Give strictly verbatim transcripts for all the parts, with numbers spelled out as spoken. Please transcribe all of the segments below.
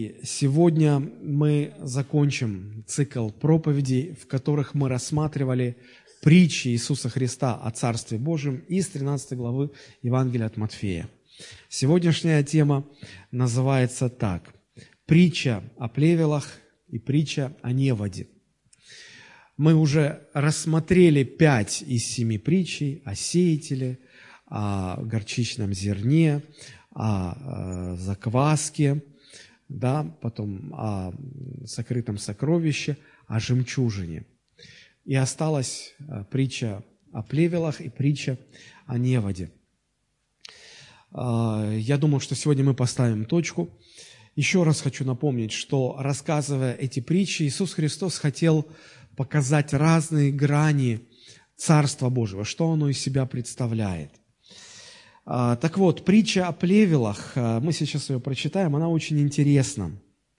И сегодня мы закончим цикл проповедей, в которых мы рассматривали притчи Иисуса Христа о Царстве Божьем из тринадцатой главы Евангелия от Матфея. Сегодняшняя тема называется так: «Притча о плевелах и притча о неводе». Мы уже рассмотрели пять из семи притчей о сеятеле, о горчичном зерне, о закваске, да, потом о сокрытом сокровище, о жемчужине. И осталась притча о плевелах и притча о неводе. Я думаю, что сегодня мы поставим точку. Еще раз хочу напомнить, что, рассказывая эти притчи, Иисус Христос хотел показать разные грани Царства Божьего, что оно из себя представляет. Так вот, притча о плевелах, мы сейчас ее прочитаем, она очень интересна.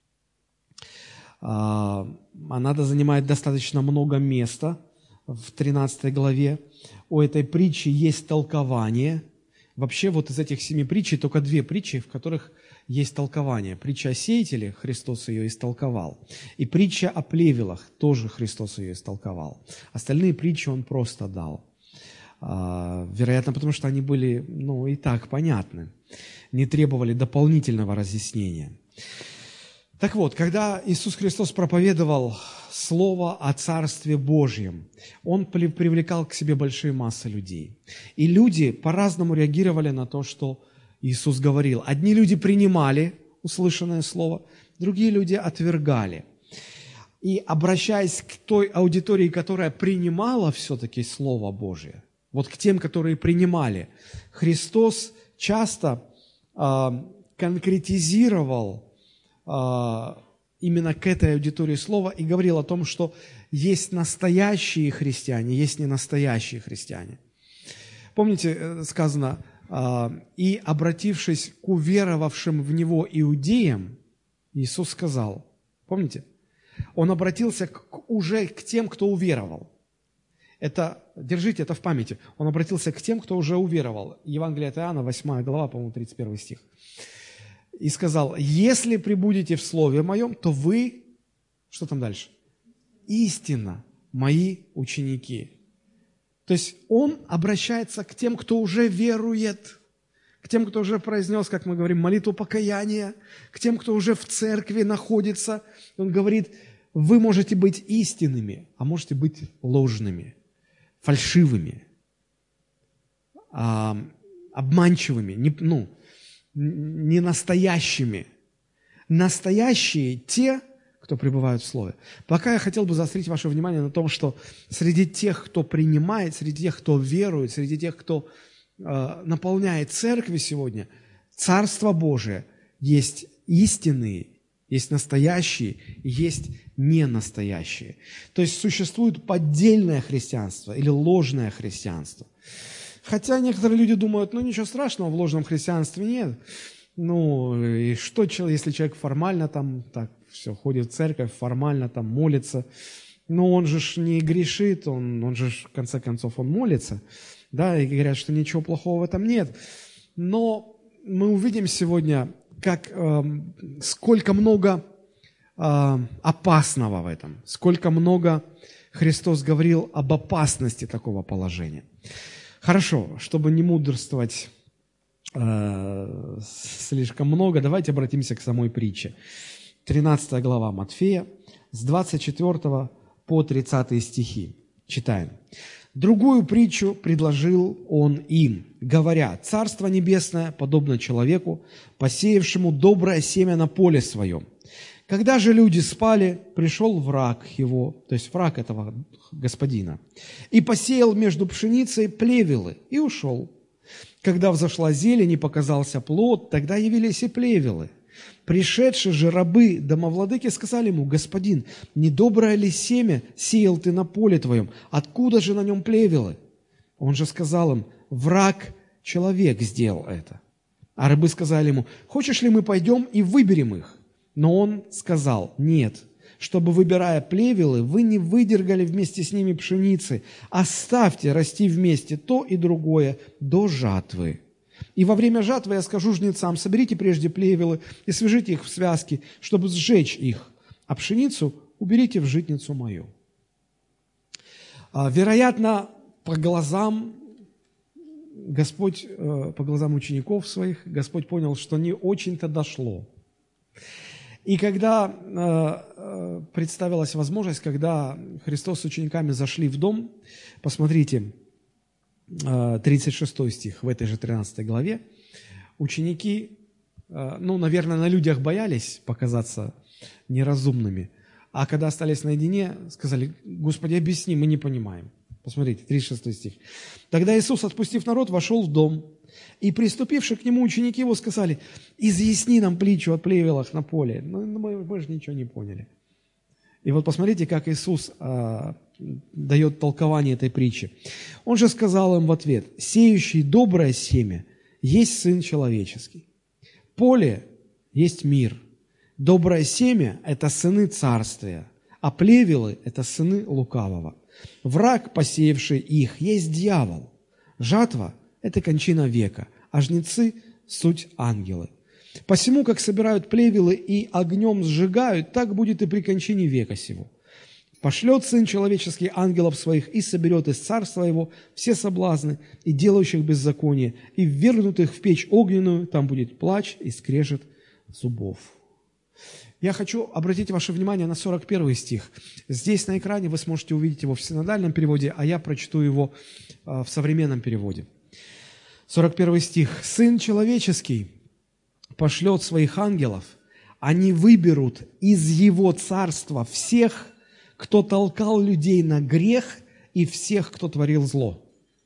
Она занимает достаточно много места в тринадцатой главе. У этой притчи есть толкование. Вообще вот из этих семи притчей только две притчи, в которых есть толкование. Притча о сеятеле, Христос ее истолковал. И притча о плевелах, тоже Христос ее истолковал. Остальные притчи Он просто дал. Вероятно, потому что они были, ну, и так понятны, не требовали дополнительного разъяснения. Так вот, когда Иисус Христос проповедовал Слово о Царстве Божьем, Он привлекал к себе большие массы людей. И люди по-разному реагировали на то, что Иисус говорил. Одни люди принимали услышанное Слово, другие люди отвергали. И обращаясь к той аудитории, которая принимала все-таки Слово Божие, вот к тем, которые принимали, Христос часто э, конкретизировал э, именно к этой аудитории слова и говорил о том, что есть настоящие христиане, есть ненастоящие христиане. Помните, сказано, э, и обратившись к уверовавшим в Него иудеям, Иисус сказал, помните, Он обратился к, уже к тем, кто уверовал. Это, держите это в памяти. Он обратился к тем, кто уже уверовал. Евангелие от Иоанна, восьмая глава, по-моему, тридцать первый стих. И сказал, если пребудете в Слове Моем, то вы, что там дальше? Истинно мои ученики. То есть Он обращается к тем, кто уже верует, к тем, кто уже произнес, как мы говорим, молитву покаяния, к тем, кто уже в церкви находится. Он говорит, вы можете быть истинными, а можете быть ложными, фальшивыми, а, обманчивыми, не, ну, не настоящими. Настоящие те, кто пребывают в Слове. Пока я хотел бы заострить ваше внимание на том, что среди тех, кто принимает, среди тех, кто верует, среди тех, кто э, наполняет церкви сегодня, Царство Божие есть истинные, есть настоящие, есть ненастоящие. То есть существует поддельное христианство или ложное христианство. Хотя некоторые люди думают, ну ничего страшного в ложном христианстве нет. Ну и что, если человек формально там так все ходит в церковь, формально там молится, но он же ж не грешит, он, он же ж, в конце концов он молится, да, и говорят, что ничего плохого в этом нет. Но мы увидим сегодня, как, э, сколько много э, опасного в этом, сколько много Христос говорил об опасности такого положения. Хорошо, чтобы не мудрствовать э, слишком много, давайте обратимся к самой притче. тринадцатая глава Матфея, с двадцать четвёртого по тридцатый стихи. Читаем. «Другую притчу предложил он им, говоря, «Царство небесное подобно человеку, посеявшему доброе семя на поле своем. Когда же люди спали, пришел враг его», то есть враг этого господина, «и посеял между пшеницей плевелы, и ушел. Когда взошла зелень и показался плод, тогда явились и плевелы. Пришедшие же рабы домовладыки сказали ему, «Господин, недоброе ли семя сеял ты на поле твоем? Откуда же на нем плевелы?» Он же сказал им, «Враг человек сделал это». А рабы сказали ему, «Хочешь ли мы пойдем и выберем их?» Но он сказал, «Нет, чтобы, выбирая плевелы, вы не выдергали вместе с ними пшеницы, оставьте расти вместе то и другое до жатвы. И во время жатвы я скажу жнецам: соберите прежде плевелы и свяжите их в связки, чтобы сжечь их, а пшеницу уберите в житницу мою». Вероятно, по глазам Господь, по глазам учеников своих, Господь понял, что не очень-то дошло. И когда э, представилась возможность, когда Христос с учениками зашли в дом, посмотрите, э, тридцать шестой стих в этой же тринадцатой главе, ученики, э, ну, наверное, на людях боялись показаться неразумными, а когда остались наедине, сказали: «Господи, объясни, мы не понимаем». Посмотрите, тридцать шестой стих. «Тогда Иисус, отпустив народ, вошел в дом, и, приступивши к нему, ученики его сказали: изъясни нам притчу о плевелах на поле». Ну, мы, мы же ничего не поняли. И вот посмотрите, как Иисус а, дает толкование этой притчи. Он же сказал им в ответ: «Сеющий доброе семя есть Сын Человеческий. Поле есть мир. Доброе семя – это сыны царствия, а плевелы – это сыны лукавого. Враг, посеявший их, есть дьявол. Жатва – это кончина века, а жнецы – суть ангелы. Посему, как собирают плевелы и огнем сжигают, так будет и при кончине века сего. Пошлет Сын Человеческий ангелов своих и соберет из царства его все соблазны и делающих беззаконие, и ввергнут их в печь огненную, там будет плач и скрежет зубов». Я хочу обратить ваше внимание на сорок первый стих. Здесь на экране вы сможете увидеть его в синодальном переводе, а я прочту его в современном переводе. сорок первый стих. «Сын Человеческий пошлет своих ангелов, они выберут из его царства всех, кто толкал людей на грех, и всех, кто творил зло».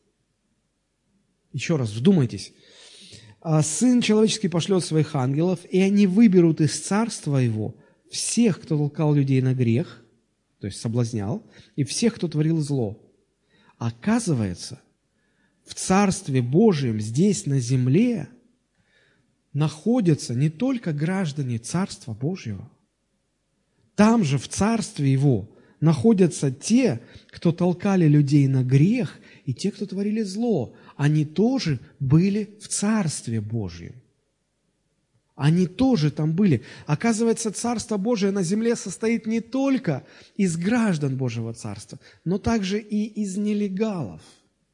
Еще раз, вдумайтесь. «Сын Человеческий пошлет своих ангелов, и они выберут из царства его всех, кто толкал людей на грех», то есть соблазнял, «и всех, кто творил зло». Оказывается, в Царстве Божьем здесь, на земле, находятся не только граждане Царства Божьего. Там же, в Царстве Его, находятся те, кто толкали людей на грех, и те, кто творили зло. Они тоже были в Царстве Божьем. Они тоже там были. Оказывается, Царство Божие на земле состоит не только из граждан Божьего Царства, но также и из нелегалов.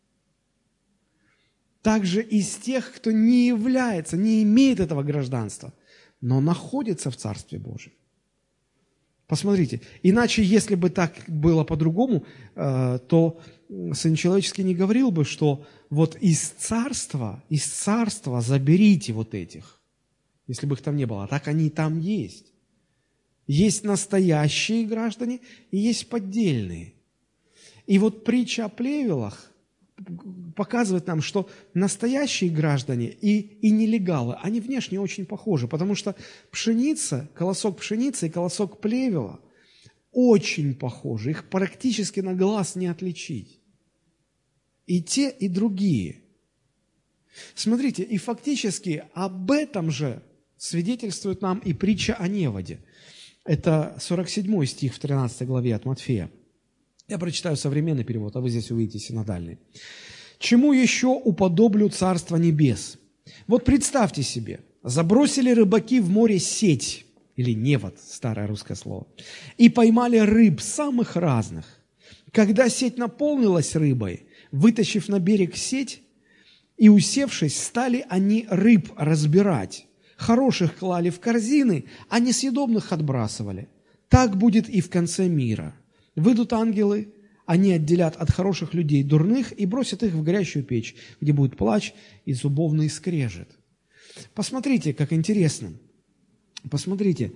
Также из тех, кто не является, не имеет этого гражданства, но находится в Царстве Божьем. Посмотрите, иначе, если бы так было по-другому, то Сын Человеческий не говорил бы, что вот из царства, из царства заберите вот этих, если бы их там не было. А так они там есть. Есть настоящие граждане и есть поддельные. И вот притча о плевелах показывает нам, что настоящие граждане и, и нелегалы, они внешне очень похожи, потому что пшеница, колосок пшеницы и колосок плевела очень похожи, их практически на глаз не отличить. И те, и другие. Смотрите, и фактически об этом же свидетельствует нам и притча о неводе. Это сорок седьмой стих в тринадцатой главе от Матфея. Я прочитаю современный перевод, а вы здесь увидите синодальный. «Чему еще уподоблю Царство Небес? Вот представьте себе, забросили рыбаки в море сеть, или невод, старое русское слово, и поймали рыб самых разных. Когда сеть наполнилась рыбой, вытащив на берег сеть и усевшись, стали они рыб разбирать. Хороших клали в корзины, а несъедобных отбрасывали. Так будет и в конце мира. Выйдут ангелы, они отделят от хороших людей дурных и бросят их в горящую печь, где будет плач и зубовный скрежет». Посмотрите, как интересно. Посмотрите.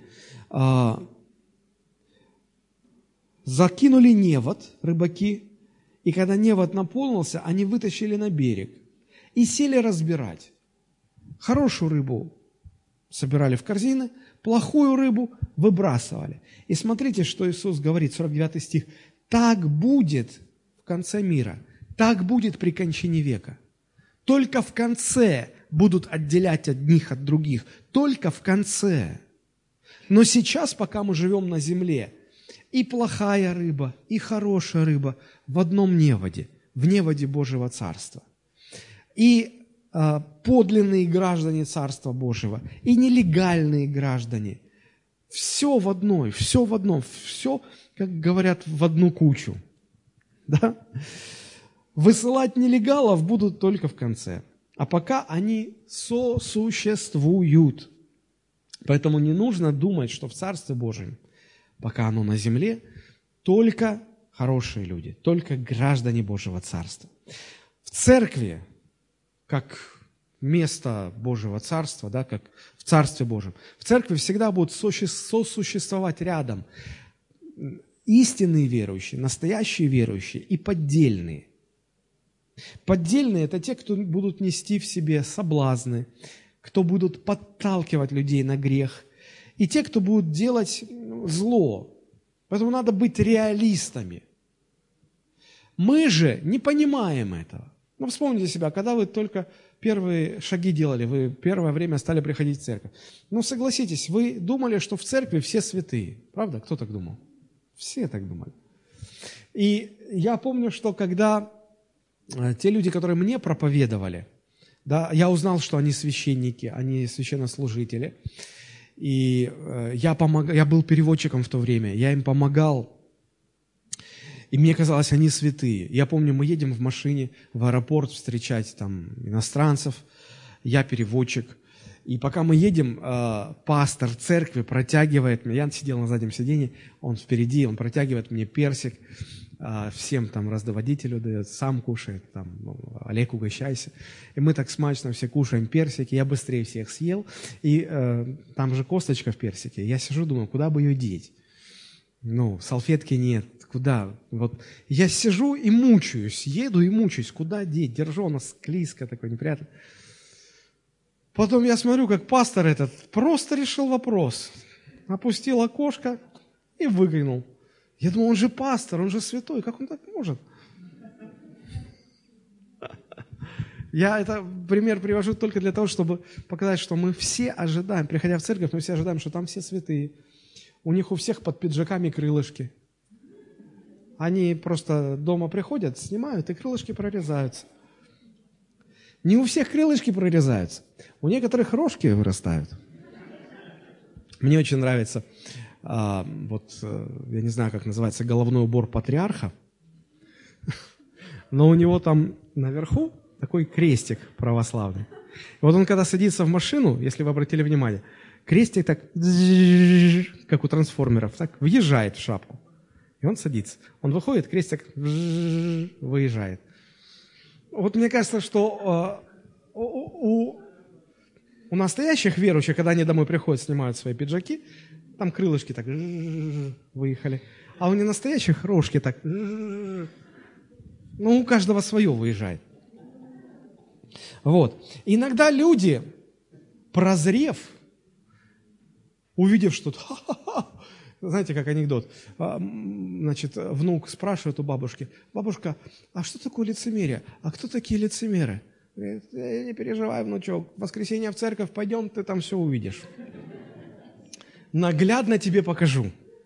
Закинули невод рыбаки, и когда невод наполнился, они вытащили на берег и сели разбирать. Хорошую рыбу собирали в корзины, плохую рыбу выбрасывали. И смотрите, что Иисус говорит, сорок девятый стих. «Так будет в конце мира, так будет при кончине века». Только в конце будут отделять одних от других. Только в конце. Но сейчас, пока мы живем на земле, и плохая рыба, и хорошая рыба в одном неводе, в неводе Божьего Царства. И а, подлинные граждане Царства Божьего и нелегальные граждане. Все в одной, все в одном, все, как говорят, в одну кучу. Да? Высылать нелегалов будут только в конце. А пока они сосуществуют. Поэтому не нужно думать, что в Царстве Божьем, пока оно на земле, только хорошие люди, только граждане Божьего Царства. В церкви, как место Божьего Царства, да, как в Царстве Божьем, в церкви всегда будут сосуществовать рядом истинные верующие, настоящие верующие и поддельные. Поддельные – это те, кто будут нести в себе соблазны, кто будут подталкивать людей на грех, и те, кто будут делать зло. Поэтому надо быть реалистами. Мы же не понимаем этого. Ну, вспомните себя, когда вы только первые шаги делали, вы первое время стали приходить в церковь. Ну, согласитесь, вы думали, что в церкви все святые. Правда? Кто так думал? Все так думали. И я помню, что когда те люди, которые мне проповедовали, да, я узнал, что они священники, они священнослужители. И э, я, помог, я был переводчиком в то время, я им помогал. И мне казалось, они святые. Я помню, мы едем в машине в аэропорт встречать там иностранцев, я переводчик. И пока мы едем, э, пастор церкви протягивает мне, я сидел на заднем сиденье, он впереди, он протягивает мне персик, э, всем там раздаводителю дает, сам кушает, там, Олег, угощайся. И мы так смачно все кушаем персики, я быстрее всех съел, и э, там же косточка в персике. Я сижу, думаю, куда бы ее деть? Ну, салфетки нет, куда? Вот я сижу и мучаюсь, еду и мучаюсь, куда деть? Держу, она склизко, такой неприятно. Потом я смотрю, как пастор этот просто решил вопрос. Опустил окошко и выглянул. Я думал, он же пастор, он же святой, как он так может? Я этот пример привожу только для того, чтобы показать, что мы все ожидаем, приходя в церковь, мы все ожидаем, что там все святые. У них у всех под пиджаками крылышки. Они просто дома приходят, снимают, и крылышки прорезаются. Не у всех крылышки прорезаются, у некоторых рожки вырастают. Мне очень нравится, а, вот, я не знаю, как называется, головной убор патриарха, но у него там наверху такой крестик православный. И вот он, когда садится в машину, если вы обратили внимание, крестик так, как у трансформеров, так въезжает в шапку. И он садится. Он выходит, крестик выезжает. Вот мне кажется, что э, у, у, у настоящих верующих, когда они домой приходят, снимают свои пиджаки, там крылышки так выехали, а у ненастоящих рожки так, ну, у каждого свое выезжает. Вот. Иногда люди, прозрев, увидев что-то, знаете, как анекдот, значит, внук спрашивает у бабушки: бабушка, а что такое лицемерие? А кто такие лицемеры? Говорит: не переживай, внучок, в воскресенье в церковь пойдем, ты там все увидишь. Наглядно тебе покажу.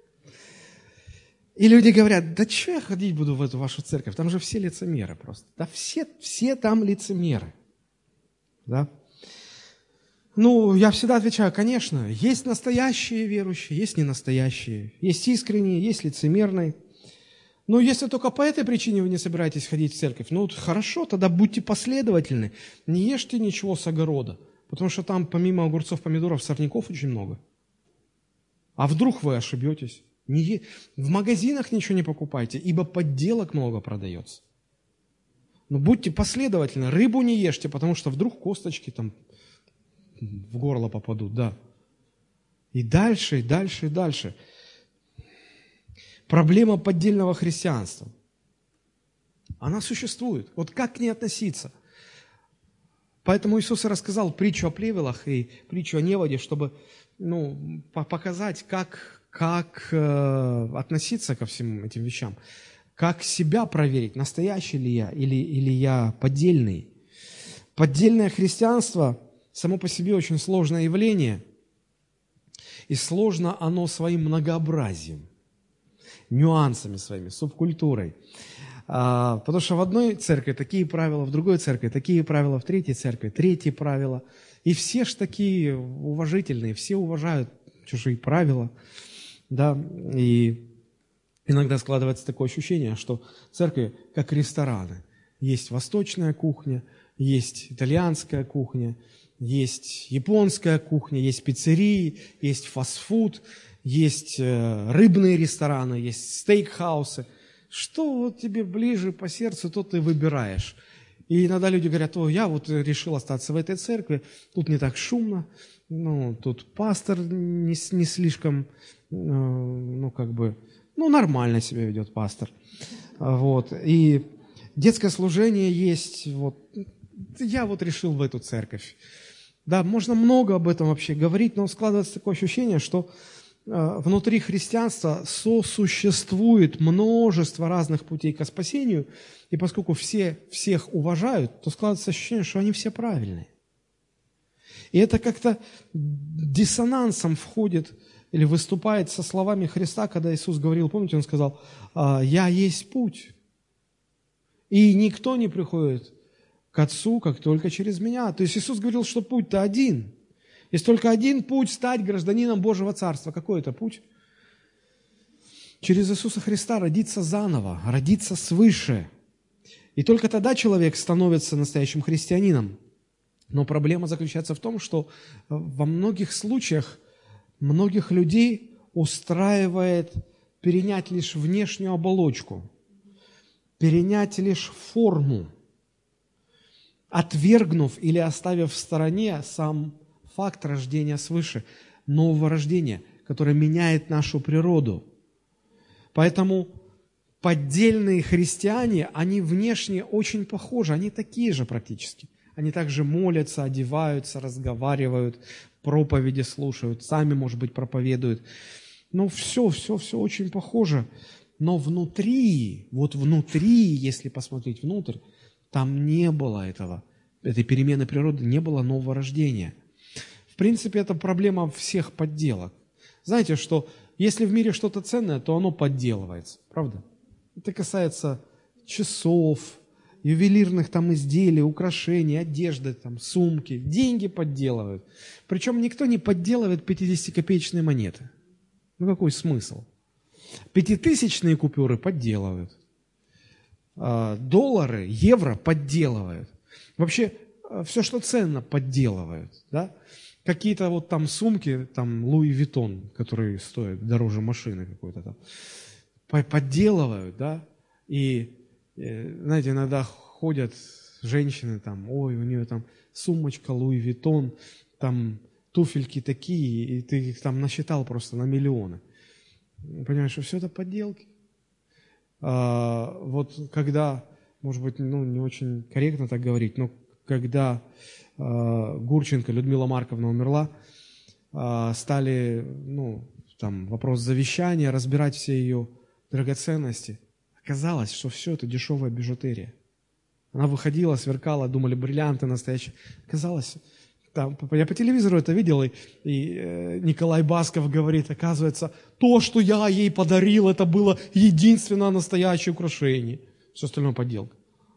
И люди говорят: да что я ходить буду в эту вашу церковь, там же все лицемеры просто. Да все, все там лицемеры. Да? Ну, я всегда отвечаю: конечно, есть настоящие верующие, есть ненастоящие, есть искренние, есть лицемерные. Но если только по этой причине вы не собираетесь ходить в церковь, ну, хорошо, тогда будьте последовательны, не ешьте ничего с огорода, потому что там помимо огурцов, помидоров, сорняков очень много. А вдруг вы ошибетесь? Не е... В магазинах ничего не покупайте, ибо подделок много продается. Но будьте последовательны, рыбу не ешьте, потому что вдруг косточки там в горло попадут, да. И дальше, и дальше, и дальше. Проблема поддельного христианства. Она существует. Вот как к ней относиться? Поэтому Иисус и рассказал притчу о плевелах и притчу о неводе, чтобы, ну, показать, как, как э, относиться ко всем этим вещам. Как себя проверить, настоящий ли я или, или я поддельный. Поддельное христианство само по себе очень сложное явление, и сложно оно своим многообразием, нюансами своими, субкультурой. А, потому что в одной церкви такие правила, в другой церкви такие правила, в третьей церкви третьи правила. И все ж такие уважительные, все уважают чужие правила. Да? И иногда складывается такое ощущение, что церкви как рестораны. Есть восточная кухня, есть итальянская кухня, есть японская кухня, есть пиццерии, есть фастфуд, есть рыбные рестораны, есть стейкхаусы. Что вот тебе ближе по сердцу, то ты выбираешь. И иногда люди говорят: о, я вот решил остаться в этой церкви, тут не так шумно, ну, тут пастор не, не слишком, ну, как бы, ну, нормально себя ведет пастор. Вот. И детское служение есть, вот, я вот решил в эту церковь. Да, можно много об этом вообще говорить, но складывается такое ощущение, что внутри христианства сосуществует множество разных путей к спасению, и поскольку все всех уважают, то складывается ощущение, что они все правильные. И это как-то диссонансом входит или выступает со словами Христа, когда Иисус говорил, помните, Он сказал: «Я есть путь, и никто не приходит к Отцу, как только через Меня». То есть Иисус говорил, что путь-то один. Есть только один путь стать гражданином Божьего Царства. Какой это путь? Через Иисуса Христа родиться заново, родиться свыше. И только тогда человек становится настоящим христианином. Но проблема заключается в том, что во многих случаях многих людей устраивает перенять лишь внешнюю оболочку, перенять лишь форму, отвергнув или оставив в стороне сам факт рождения свыше, нового рождения, которое меняет нашу природу. Поэтому поддельные христиане, они внешне очень похожи, они такие же практически. Они также молятся, одеваются, разговаривают, проповеди слушают, сами, может быть, проповедуют. Ну, все, все, все очень похоже. Но внутри, вот внутри, если посмотреть внутрь, там не было этого, этой перемены природы, не было нового рождения. В принципе, это проблема всех подделок. Знаете, что если в мире что-то ценное, то оно подделывается, правда? Это касается часов, ювелирных там изделий, украшений, одежды, там, сумки. Деньги подделывают. Причем никто не подделывает пятидесятикопеечные монеты. Ну какой смысл? Пятитысячные купюры подделывают. А, доллары, евро подделывают. Вообще все, что ценно, подделывают. Да? Какие-то вот там сумки, там Луи Виттон, которые стоят дороже машины какой-то там, подделывают, да, и, знаете, иногда ходят женщины там, ой, у нее там сумочка Луи Виттон, там туфельки такие, и ты их там насчитал просто на миллионы. Понимаешь, что все это подделки. А, вот когда, может быть, ну, не очень корректно так говорить, но когда э, Гурченко Людмила Марковна умерла, э, стали, ну, там, вопрос завещания, разбирать все ее драгоценности. Оказалось, что все это дешевая бижутерия. Она выходила, сверкала, думали, бриллианты настоящие. Оказалось, там, я по телевизору это видел, и, и э, Николай Басков говорит, оказывается, то, что я ей подарил, это было единственное настоящее украшение. Все остальное подделка.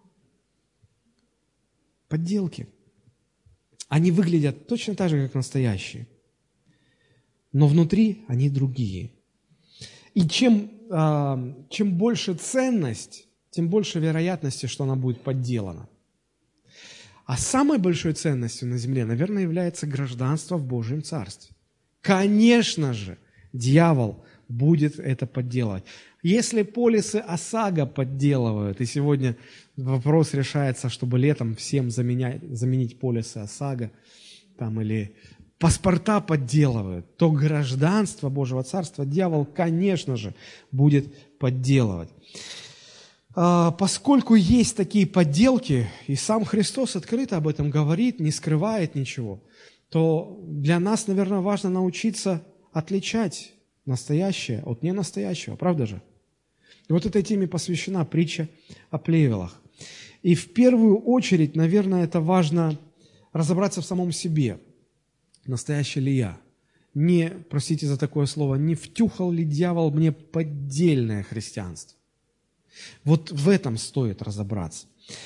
Подделки. Они выглядят точно так же, как настоящие. Но внутри они другие. И чем, э, чем больше ценность, тем больше вероятности, что она будет подделана. А самой большой ценностью на земле, наверное, является гражданство в Божьем Царстве. Конечно же, дьявол будет это подделывать. Если полисы ОСАГО подделывают, и сегодня вопрос решается, чтобы летом всем заменять, заменить полисы ОСАГО, там, или паспорта подделывают, то гражданство Божьего Царства дьявол, конечно же, будет подделывать. А, поскольку есть такие подделки, и сам Христос открыто об этом говорит, не скрывает ничего, то для нас, наверное, важно научиться отличать настоящее от ненастоящего, правда же? И вот этой теме посвящена притча о плевелах. И в первую очередь, наверное, это важно разобраться в самом себе. Настоящий ли я? Не, простите за такое слово, не втюхал ли дьявол мне поддельное христианство? Вот в этом стоит разобраться.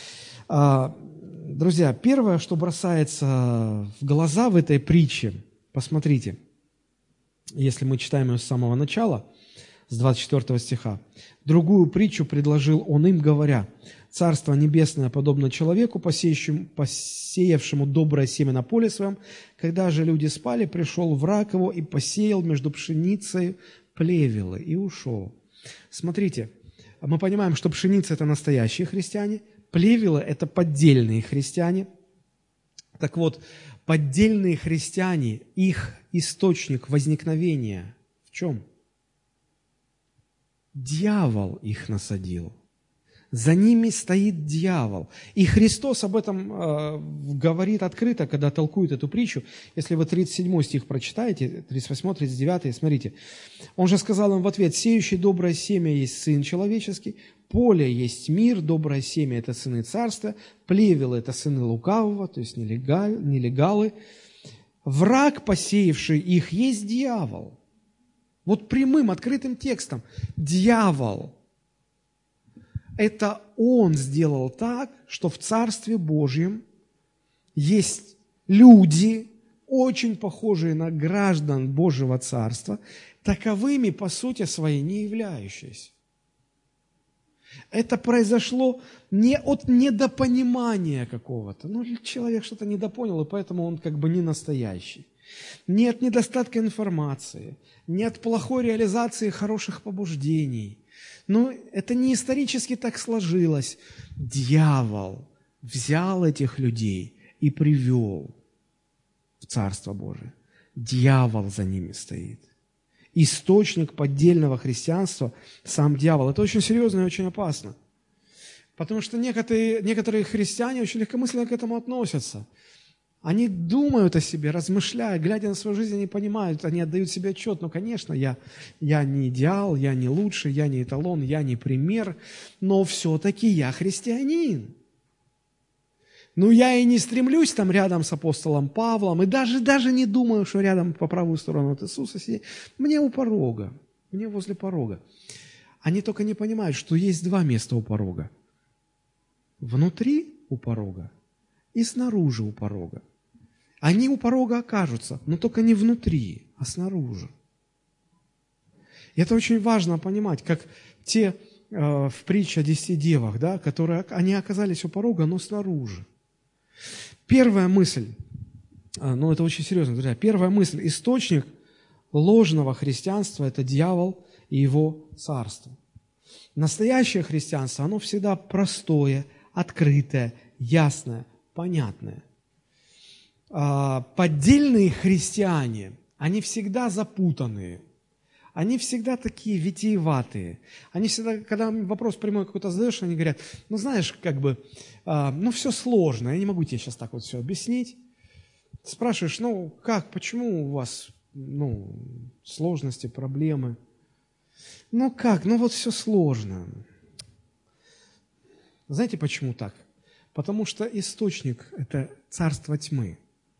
Друзья, первое, что бросается в глаза в этой притче, посмотрите, если мы читаем ее с самого начала, с двадцать четвёртого стиха. «Другую притчу предложил он им, говоря, Царство Небесное подобно человеку, посеявшему, посеявшему доброе семя на поле своем. Когда же люди спали, пришел враг его и посеял между пшеницей плевелы и ушел». Смотрите, мы понимаем, что пшеница – это настоящие христиане, плевелы – это поддельные христиане. Так вот, поддельные христиане, их источник возникновения в чем? Дьявол их насадил. За ними стоит дьявол. И Христос об этом э, говорит открыто, когда толкует эту притчу. Если вы тридцать седьмой стих прочитаете, тридцать восьмой, тридцать девятый, смотрите. Он же сказал им в ответ: «Сеющий доброе семя есть Сын Человеческий, поле есть мир, доброе семя – это сыны царства, плевелы – это сыны лукавого», то есть нелегаль, нелегалы. «Враг, посеявший их, есть дьявол». Вот прямым, открытым текстом. Дьявол. Это он сделал так, что в Царстве Божьем есть люди, очень похожие на граждан Божьего Царства, таковыми по сути своей не являющиеся. Это произошло не от недопонимания какого-то. Ну, человек что-то недопонял, и поэтому он как бы не настоящий. Не от недостатка информации, не от плохой реализации хороших побуждений. Но это не исторически так сложилось. Дьявол взял этих людей и привел в Царство Божие. Дьявол за ними стоит. Источник поддельного христианства – сам дьявол. Это очень серьезно и очень опасно. Потому что некоторые, некоторые христиане очень легкомысленно к этому относятся. Они думают о себе, размышляя, глядя на свою жизнь, они понимают, они отдают себе отчет. Ну, конечно, я, я не идеал, я не лучший, я не эталон, я не пример, но все-таки я христианин. Ну, я и не стремлюсь там рядом с апостолом Павлом, и даже, даже не думаю, что рядом по правую сторону от Иисуса сидеть. Мне у порога, мне возле порога. Они только не понимают, что есть два места у порога. Внутри у порога и снаружи у порога. Они у порога окажутся, но только не внутри, а снаружи. И это очень важно понимать, как те э, в притче о десяти девах, да, которые они оказались у порога, но снаружи. Первая мысль, э, ну это очень серьезно, друзья, первая мысль, источник ложного христианства – это дьявол и его царство. Настоящее христианство, оно всегда простое, открытое, ясное, понятное. Поддельные христиане, они всегда запутанные, они всегда такие витиеватые. Они всегда, когда вопрос прямой какой-то задаешь, они говорят, ну знаешь, как бы, ну все сложно, я не могу тебе сейчас так вот все объяснить. Спрашиваешь, ну как, почему у вас, ну, сложности, проблемы? Ну как, ну вот все сложно. Знаете, почему так? Потому что источник – это царство тьмы.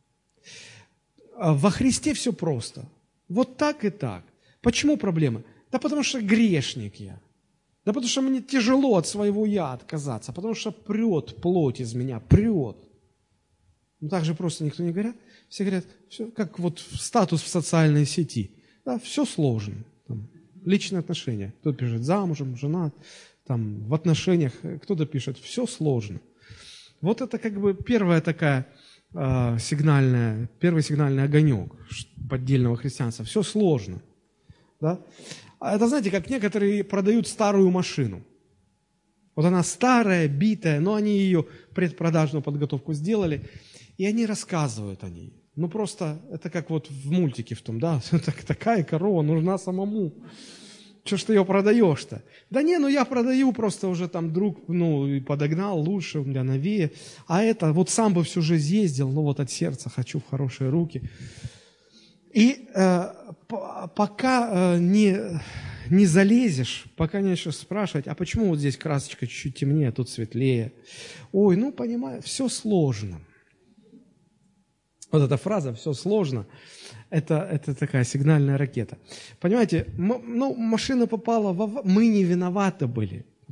Во Христе все просто. Вот так и так. Почему проблемы? Да потому что грешник я. Да потому что мне тяжело от своего «я» отказаться. Потому что прет плоть из меня, прет. Ну так же просто никто не говорит. Все говорят, все, как вот статус в социальной сети. Да, все сложно. Там, личные отношения. Кто-то пишет замужем, женат. Там, в отношениях кто-то пишет, все сложно. Вот это как бы первая такая э, сигнальная, первый сигнальный огонек поддельного христианства. Все сложно. Да? А это, знаете, как некоторые продают старую машину. Вот она старая, битая, но они ее предпродажную подготовку сделали, и они рассказывают о ней. Ну просто это как вот в мультике в том, да, такая корова нужна самому. Что ж ты ее продаешь-то? Да не, ну я продаю, просто уже там друг, ну, подогнал лучше, у меня новее. А это, вот сам бы всю жизнь ездил, ну вот от сердца хочу в хорошие руки. И э, пока э, не, не залезешь, пока не начнешь спрашивать, а почему вот здесь красочка чуть-чуть темнее, а тут светлее? Ой, ну понимаю, все сложно. Вот эта фраза «все сложно». Это, это такая сигнальная ракета. Понимаете, м, ну, машина попала, во, мы не виноваты были.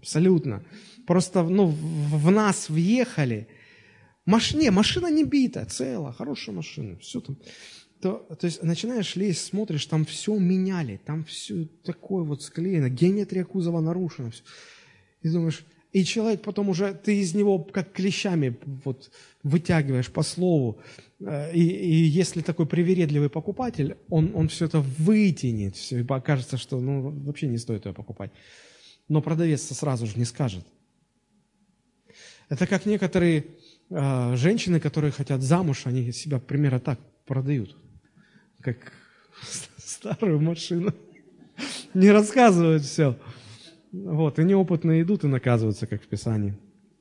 Абсолютно. Просто ну, в, в нас въехали. Маш... Не, машина не бита, целая, хорошая машина. Все там. То, то есть начинаешь лезть, смотришь, там все меняли, там все такое вот склеено, геометрия кузова нарушена. Все. И думаешь, и человек потом уже, ты из него как клещами вот вытягиваешь по слову. И, и если такой привередливый покупатель, он, он все это вытянет, все, и покажется, что ну, вообще не стоит ее покупать. Но продавец сразу же не скажет. Это как некоторые э, женщины, которые хотят замуж, они себя примерно так продают, как старую машину. Не рассказывают все. Вот, и неопытные идут и наказываются, как в Писании.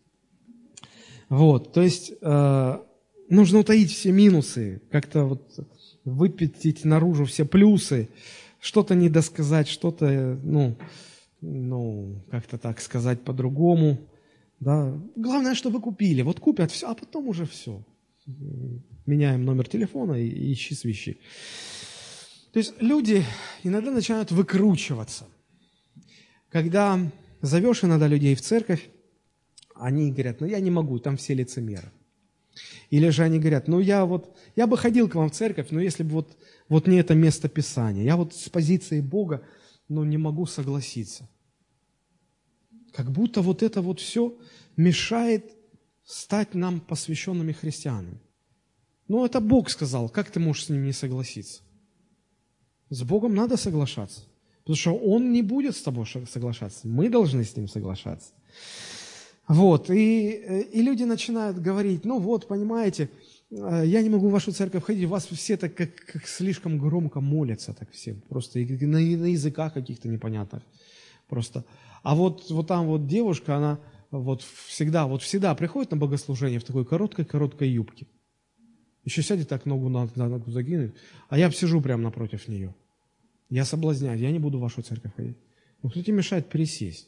Вот, то есть э, нужно утаить все минусы, как-то вот выпятить наружу все плюсы, что-то недосказать, что-то, ну, ну, как-то так сказать по-другому. Да. Главное, что вы купили. Вот купят все, а потом уже все. Меняем номер телефона и, и ищи свищи. То есть люди иногда начинают выкручиваться. Когда зовешь иногда людей в церковь, они говорят, ну я не могу, там все лицемеры. Или же они говорят, ну я вот, я бы ходил к вам в церковь, но если бы вот, вот не это место Писания, я вот с позиции Бога, но не могу согласиться. Как будто вот это вот все мешает стать нам посвященными христианами. Ну это Бог сказал, как ты можешь с ним не согласиться? С Богом надо соглашаться. Потому что Он не будет с тобой соглашаться. Мы должны с Ним соглашаться. Вот. И, и люди начинают говорить, ну вот, понимаете, я не могу в вашу церковь ходить, у вас все так как, как слишком громко молятся, так все, просто на, на языках каких-то непонятных. Просто. А вот, вот там вот девушка, она вот всегда, вот всегда приходит на богослужение в такой короткой-короткой юбке. Еще сядет так, ногу на, на ногу закинет, а я сижу прямо напротив нее. Я соблазняюсь, я не буду в вашу церковь ходить. Ну, кто тебе мешает пересесть?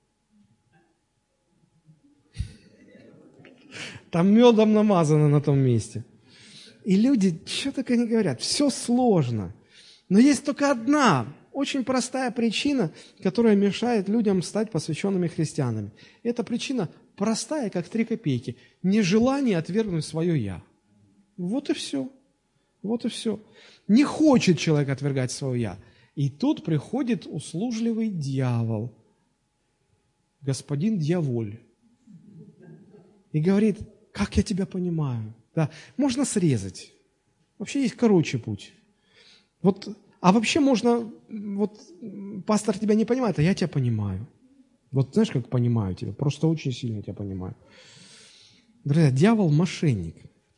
Там медом намазано на том месте. И люди, что только не говорят, все сложно. Но есть только одна, очень простая причина, которая мешает людям стать посвященными христианами. Эта причина простая, как три копейки. Нежелание отвергнуть свое «я». Вот и все. Вот и все. Не хочет человек отвергать свое «я». И тут приходит услужливый дьявол, господин дьяволь, и говорит, как я тебя понимаю. Да, можно срезать. Вообще есть короче путь. Вот, а вообще можно, вот пастор тебя не понимает, а я тебя понимаю. Вот знаешь, как понимаю тебя? Просто очень сильно тебя понимаю. Друзья, дьявол – мошенник.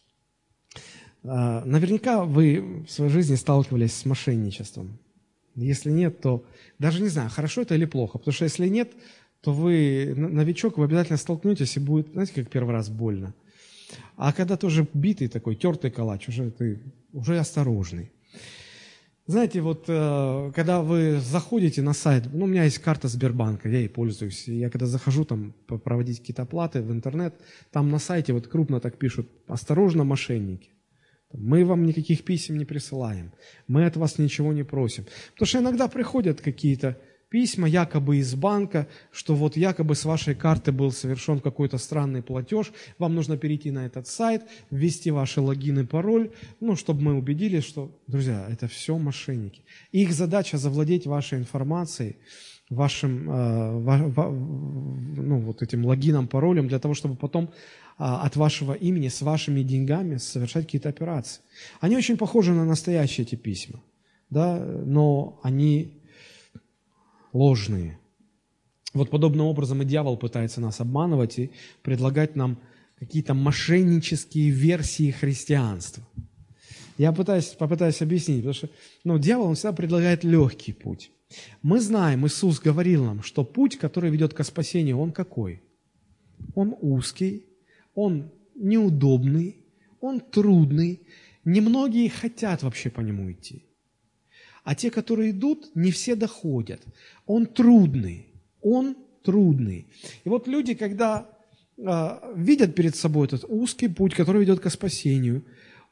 Наверняка вы в своей жизни сталкивались с мошенничеством. Если нет, то даже не знаю, хорошо это или плохо. Потому что если нет, то вы, новичок, вы обязательно столкнетесь, и будет, знаете, как первый раз больно. А когда тоже битый такой, тертый калач, уже ты уже осторожный. Знаете, вот когда вы заходите на сайт, ну, у меня есть карта Сбербанка, я ей пользуюсь. Я когда захожу там проводить какие-то оплаты в интернет, там на сайте вот крупно так пишут, осторожно, мошенники. Мы вам никаких писем не присылаем. Мы от вас ничего не просим. Потому что иногда приходят какие-то письма якобы из банка, что вот якобы с вашей карты был совершен какой-то странный платеж, вам нужно перейти на этот сайт, ввести ваши логин и пароль, ну, чтобы мы убедились, что, друзья, это все мошенники. Их задача завладеть вашей информацией, вашим, э, ва, ва, ну, вот этим логином, паролем, для того, чтобы потом от вашего имени, с вашими деньгами совершать какие-то операции. Они очень похожи на настоящие эти письма, да, но они ложные. Вот подобным образом и дьявол пытается нас обманывать и предлагать нам какие-то мошеннические версии христианства. Я пытаюсь, попытаюсь объяснить, потому что ну, дьявол он всегда предлагает легкий путь. Мы знаем, Иисус говорил нам, что путь, который ведет к спасению, он какой? Он узкий, он неудобный, он трудный. Немногие хотят вообще по нему идти. А те, которые идут, не все доходят. Он трудный, он трудный. И вот люди, когда э, видят перед собой этот узкий путь, который ведет к спасению,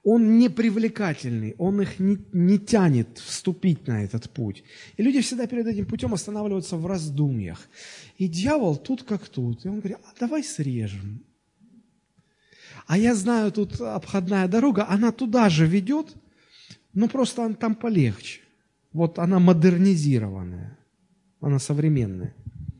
он непривлекательный, он их не, не тянет вступить на этот путь. И люди всегда перед этим путем останавливаются в раздумьях. И дьявол тут как тут. И он говорит, а давай срежем. А я знаю, тут обходная дорога, она туда же ведет, но просто она там полегче. Вот она модернизированная, она современная.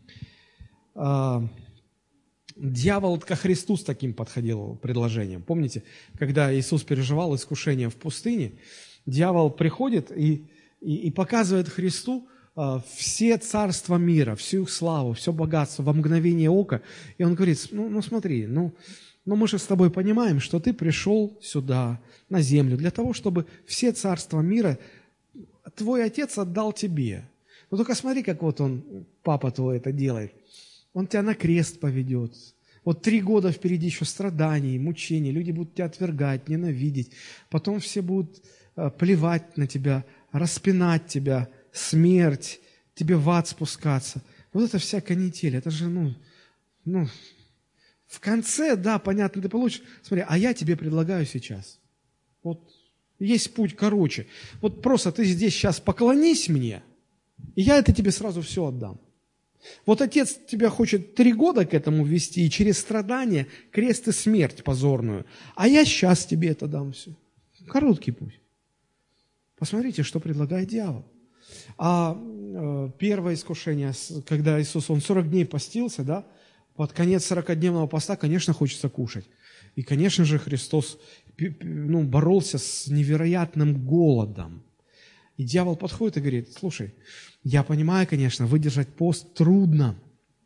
Дьявол ко Христу с таким подходил предложением. Помните, когда Иисус переживал искушение в пустыне, дьявол приходит и, и, и показывает Христу а, все царства мира, всю их славу, все богатство во мгновение ока. И он говорит, ну, ну смотри, ну, ну мы же с тобой понимаем, что ты пришел сюда, на землю, для того, чтобы все царства мира твой отец отдал тебе. Ну только смотри, как вот он, папа твой, это делает. Он тебя на крест поведет. Вот три года впереди еще страданий, мучений. Люди будут тебя отвергать, ненавидеть. Потом все будут плевать на тебя, распинать тебя, смерть, тебе в ад спускаться. Вот это вся канитель. Это же, ну, ну, в конце, да, понятно, ты получишь. Смотри, а я тебе предлагаю сейчас. Вот есть путь короче. Вот просто ты здесь сейчас поклонись мне, и я это тебе сразу все отдам. Вот отец тебя хочет три года к этому ввести, и через страдания, крест и смерть позорную. А я сейчас тебе это дам все. Короткий путь. Посмотрите, что предлагает дьявол. А э, первое искушение, когда Иисус, он сорок дней постился, да, под конец сорокадневного поста, конечно, хочется кушать. И, конечно же, Христос ну, боролся с невероятным голодом. И дьявол подходит и говорит, слушай, я понимаю, конечно, выдержать пост трудно,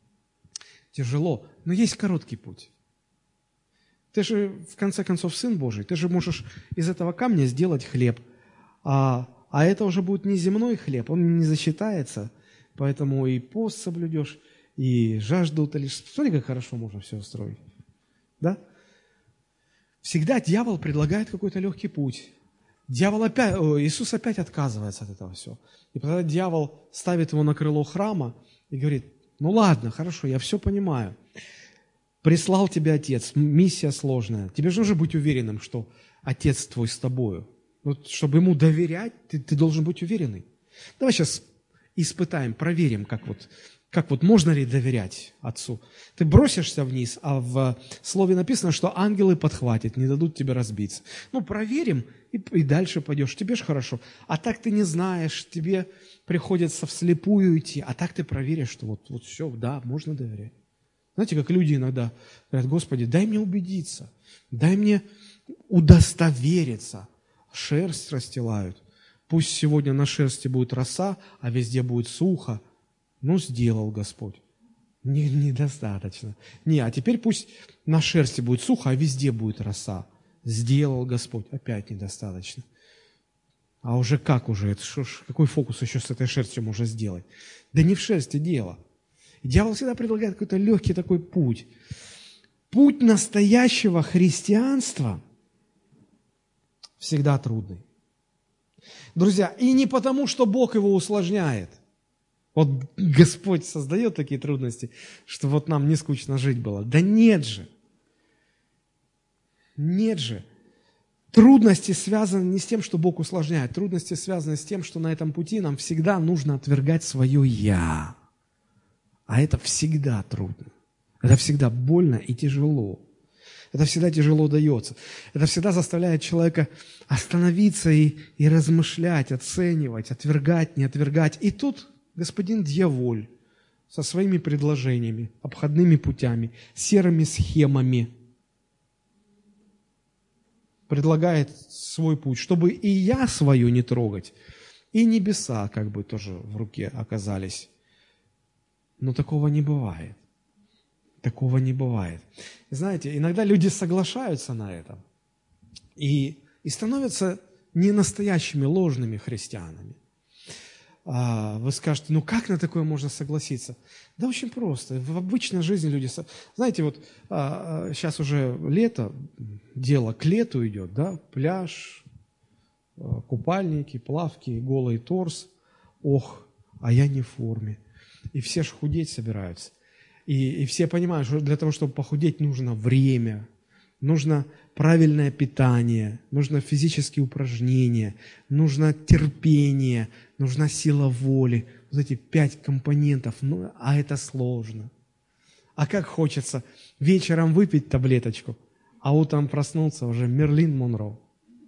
тяжело, но есть короткий путь. Ты же, в конце концов, Сын Божий, ты же можешь из этого камня сделать хлеб, а, а это уже будет не земной хлеб, он не засчитается, поэтому и пост соблюдешь, и жажду утолишь. Смотри, как хорошо можно все устроить. Да? Всегда дьявол предлагает какой-то легкий путь. Дьявол опять, о, Иисус опять отказывается от этого всего. И тогда дьявол ставит его на крыло храма и говорит, ну ладно, хорошо, я все понимаю. Прислал тебя Отец, миссия сложная. Тебе же нужно быть уверенным, что Отец твой с тобою. Вот, чтобы ему доверять, ты, ты должен быть уверенный. Давай сейчас испытаем, проверим, как вот, как вот можно ли доверять Отцу. Ты бросишься вниз, а в слове написано, что ангелы подхватят, не дадут тебе разбиться. Ну, проверим, и, и дальше пойдешь. Тебе же хорошо. А так ты не знаешь, тебе приходится вслепую идти, а так ты проверишь, что вот, вот все, да, можно доверять. Знаете, как люди иногда говорят, Господи, дай мне убедиться, дай мне удостовериться. Шерсть расстилают. Пусть сегодня на шерсти будет роса, а везде будет сухо. Ну, сделал Господь. Не, недостаточно. Не, а теперь пусть на шерсти будет сухо, а везде будет роса. Сделал Господь. Опять недостаточно. А уже как уже? Это шо, какой фокус еще с этой шерстью можно сделать? Да не в шерсти дело. И дьявол всегда предлагает какой-то легкий такой путь. Путь настоящего христианства всегда трудный. Друзья, и не потому, что Бог его усложняет. Вот Господь создает такие трудности, что вот нам не скучно жить было. Да нет же. Нет же. Трудности связаны не с тем, что Бог усложняет. Трудности связаны с тем, что на этом пути нам всегда нужно отвергать свое «я». А это всегда трудно. Это всегда больно и тяжело. Это всегда тяжело дается. Это всегда заставляет человека остановиться и, и размышлять, оценивать, отвергать, не отвергать. И тут господин дьяволь со своими предложениями, обходными путями, серыми схемами предлагает свой путь, чтобы и я свою не трогать, и небеса как бы тоже в руке оказались. Но такого не бывает. Такого не бывает. И знаете, иногда люди соглашаются на это и, и становятся не настоящими, ложными христианами. А, вы скажете, ну как на такое можно согласиться? Да очень просто. В обычной жизни люди... Знаете, вот а, сейчас уже лето, дело к лету идет, да, пляж, купальники, плавки, голый торс. Ох, а я не в форме. И все ж худеть собираются. И, и все понимают, что для того, чтобы похудеть, нужно время, нужно правильное питание, нужно физические упражнения, нужно терпение, нужна сила воли. Вот эти пять компонентов, ну, а это сложно. А как хочется вечером выпить таблеточку, а утром проснуться уже Мерлин Монро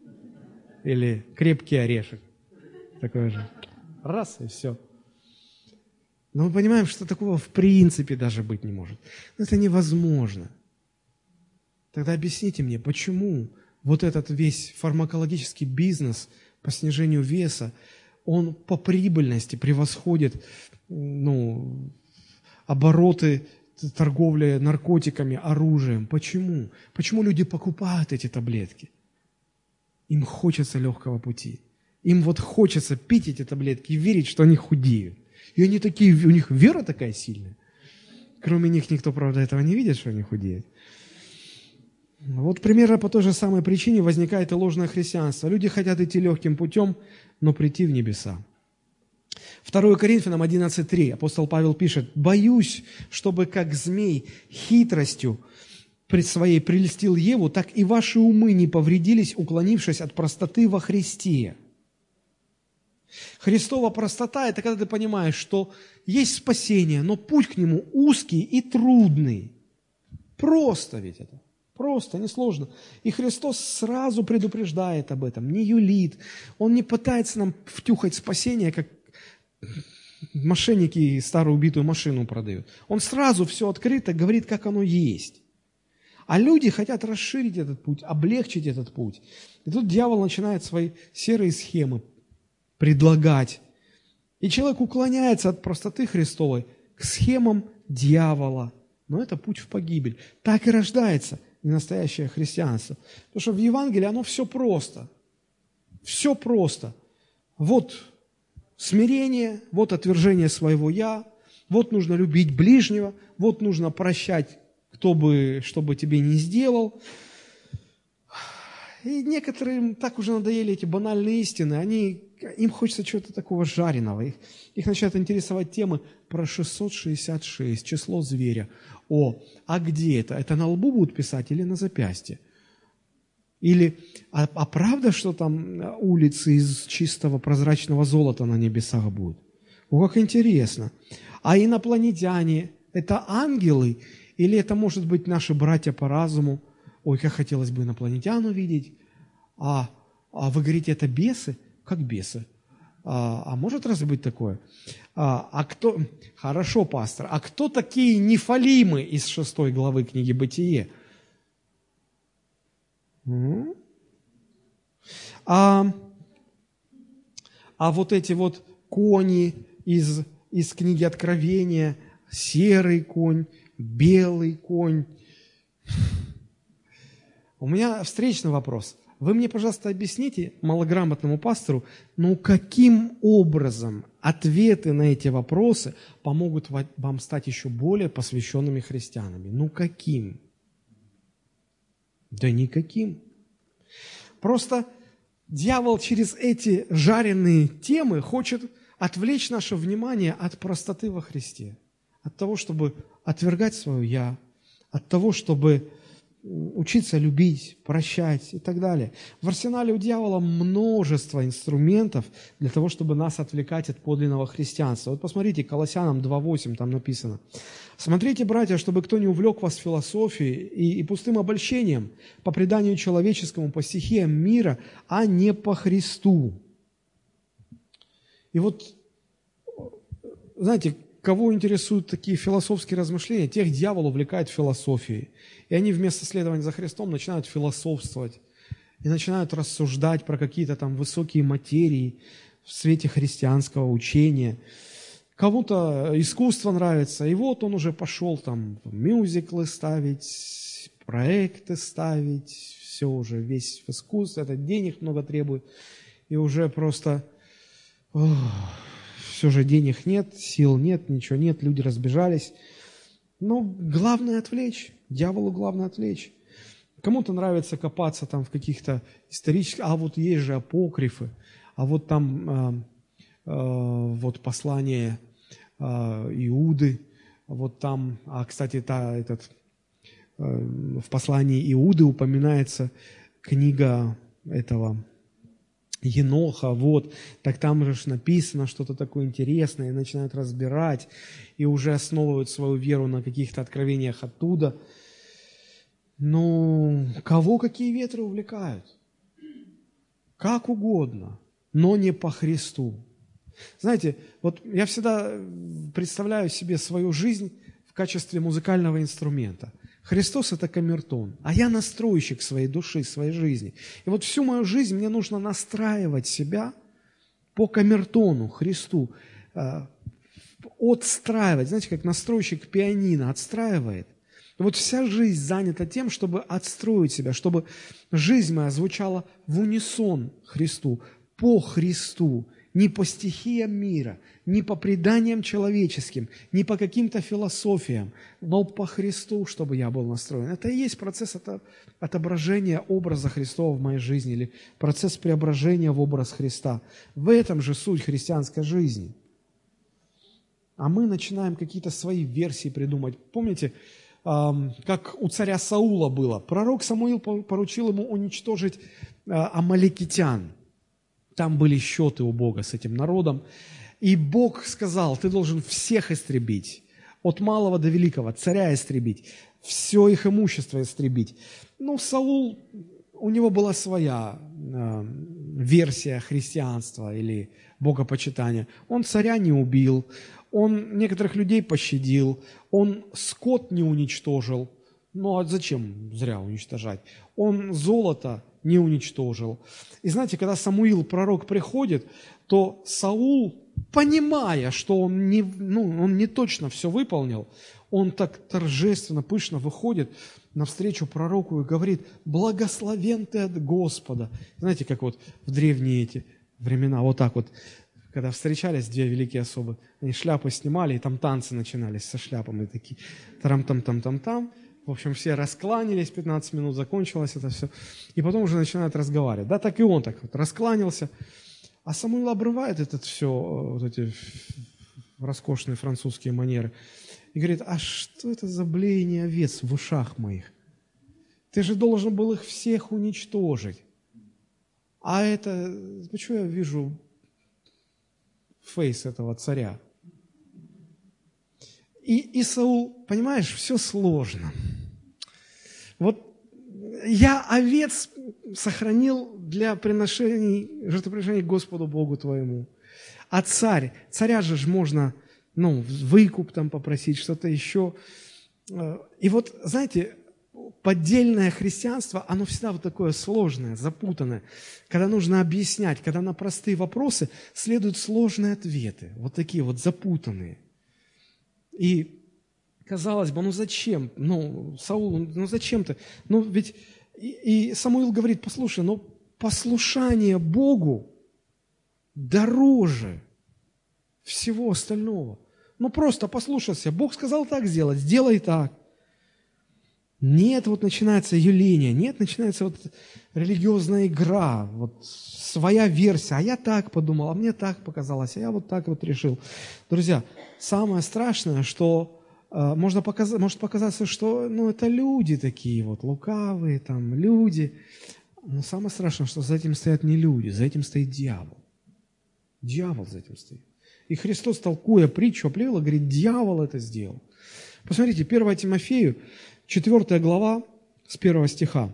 или крепкий орешек. Такой же. Раз, и все. Но мы понимаем, что такого в принципе даже быть не может. Но это невозможно. Тогда объясните мне, почему вот этот весь фармакологический бизнес по снижению веса, он по прибыльности превосходит, ну, обороты торговли наркотиками, оружием. Почему? Почему люди покупают эти таблетки? Им хочется легкого пути. Им вот хочется пить эти таблетки и верить, что они худеют. И они такие, у них вера такая сильная. Кроме них никто, правда, этого не видит, что они худеют. Вот примерно по той же самой причине возникает и ложное христианство. Люди хотят идти легким путем, но прийти в небеса. второе Коринфянам одиннадцать три апостол Павел пишет: «Боюсь, чтобы как змей хитростью пред своей прельстил Еву, так и ваши умы не повредились, уклонившись от простоты во Христе». Христова простота – это когда ты понимаешь, что есть спасение, но путь к нему узкий и трудный. Просто ведь это. Просто, несложно. И Христос сразу предупреждает об этом, не юлит. Он не пытается нам втюхать спасение, как мошенники старую убитую машину продают. Он сразу все открыто говорит, как оно есть. А люди хотят расширить этот путь, облегчить этот путь. И тут дьявол начинает свои серые схемы предлагать. И человек уклоняется от простоты Христовой к схемам дьявола. Но это путь в погибель. Так и рождается ненастоящее христианство. Потому что в Евангелии оно все просто. Все просто. Вот смирение, вот отвержение своего «я», вот нужно любить ближнего, вот нужно прощать, кто бы, что бы тебе не сделал. И некоторым так уже надоели эти банальные истины, они, им хочется чего-то такого жареного. Их, их начинают интересовать темы про шестьсот шестьдесят шесть, число зверя. О, а где это? Это на лбу будут писать или на запястье? Или, а, а правда, что там улицы из чистого прозрачного золота на небесах будут? О, как интересно. А инопланетяне – это ангелы? Или это, может быть, наши братья по разуму? Ой, как хотелось бы инопланетян увидеть. А, а вы говорите, это бесы? Как бесы? А, а может разве быть такое? А, а кто... Хорошо, пастор. А кто такие нефалимы из шестой главы книги «Бытие»? А, а вот эти вот кони из, из книги Откровения, серый конь, белый конь. У меня встречный вопрос. Вы мне, пожалуйста, объясните малограмотному пастору, ну каким образом ответы на эти вопросы помогут вам стать еще более посвященными христианами? Ну каким? Да никаким. Просто дьявол через эти жареные темы хочет отвлечь наше внимание от простоты во Христе, от того, чтобы отвергать свое «я», от того, чтобы учиться любить, прощать и так далее. В арсенале у дьявола множество инструментов для того, чтобы нас отвлекать от подлинного христианства. Вот посмотрите, Колоссянам два восемь, там написано: «Смотрите, братья, чтобы кто не увлек вас философией и, и пустым обольщением, по преданию человеческому, по стихиям мира, а не по Христу». И вот, знаете, кого интересуют такие философские размышления, тех дьявол увлекает философией. И они вместо следования за Христом начинают философствовать и начинают рассуждать про какие-то там высокие материи в свете христианского учения. Кому-то искусство нравится, и вот он уже пошел там мюзиклы ставить, проекты ставить, все уже, весь в искусстве, это денег много требует, и уже просто... Ох, все же денег нет, сил нет, ничего нет, люди разбежались. Но главное отвлечь, дьяволу главное отвлечь. Кому-то нравится копаться там в каких-то исторических, а вот есть же апокрифы, а вот там э, э, вот послание э, Иуды, вот там, а, кстати, та, этот, в послании Иуды упоминается книга этого Еноха, вот, так там же написано что-то такое интересное, и начинают разбирать, и уже основывают свою веру на каких-то откровениях оттуда. Ну, кого какие ветры увлекают? Как угодно, но не по Христу. Знаете, вот я всегда представляю себе свою жизнь в качестве музыкального инструмента. Христос – это камертон, а я настройщик своей души, своей жизни. И вот всю мою жизнь мне нужно настраивать себя по камертону, Христу, отстраивать. Знаете, как настройщик пианино отстраивает. И вот вся жизнь занята тем, чтобы отстроить себя, чтобы жизнь моя звучала в унисон Христу, по Христу, не по стихиям мира, не по преданиям человеческим, не по каким-то философиям, но по Христу, чтобы я был настроен. Это и есть процесс отображения образа Христова в моей жизни, или процесс преображения в образ Христа. В этом же суть христианской жизни. А мы начинаем какие-то свои версии придумать. Помните, как у царя Саула было? Пророк Самуил поручил ему уничтожить амаликитян. Там были счеты у Бога с этим народом. И Бог сказал: ты должен всех истребить, от малого до великого, царя истребить, все их имущество истребить. Ну, Саул, у него была своя э, версия христианства или богопочитания. Он царя не убил, он некоторых людей пощадил, он скот не уничтожил. Ну, а зачем зря уничтожать? Он золото не уничтожил. И знаете, когда Самуил, пророк, приходит, то Саул, понимая, что он не, ну, он не точно все выполнил, он так торжественно, пышно выходит навстречу пророку и говорит: благословен ты от Господа. Знаете, как вот в древние эти времена, вот так вот, когда встречались две великие особы, они шляпы снимали, и там танцы начинались со шляпами такие, тарам-там-там-там-там. В общем, все раскланялись, пятнадцать минут закончилось это все, и потом уже начинают разговаривать. Да, так и он так вот раскланялся. А Самуил обрывает это все, вот эти роскошные французские манеры, и говорит: а что это за блеяние овец в ушах моих? Ты же должен был их всех уничтожить. А это, почему я вижу фейс этого царя? И, и Саул, понимаешь, все сложно. Вот я овец сохранил для приношений, жертвоприношений Господу Богу твоему. А царь, царя же ж можно, ну, выкуп там попросить, что-то еще. И вот, знаете, поддельное христианство, оно всегда вот такое сложное, запутанное. Когда нужно объяснять, когда на простые вопросы следуют сложные ответы, вот такие вот запутанные. И казалось бы, ну зачем? Ну, Саул, ну зачем-то? Ну ведь и, и Самуил говорит: послушай, ну послушание Богу дороже всего остального. Ну просто послушайся, Бог сказал так сделать, сделай так. Нет, вот начинается юление, нет, начинается вот религиозная игра, вот своя версия, а я так подумал, а мне так показалось, а я вот так вот решил. Друзья, самое страшное, что э, можно показать, может показаться, что ну, это люди такие вот, лукавые там, люди. Но самое страшное, что за этим стоят не люди, за этим стоит дьявол. Дьявол за этим стоит. И Христос, толкуя притчу о плевелах, говорит: дьявол это сделал. Посмотрите, первое Тимофею, четвёртая глава, с первого стиха.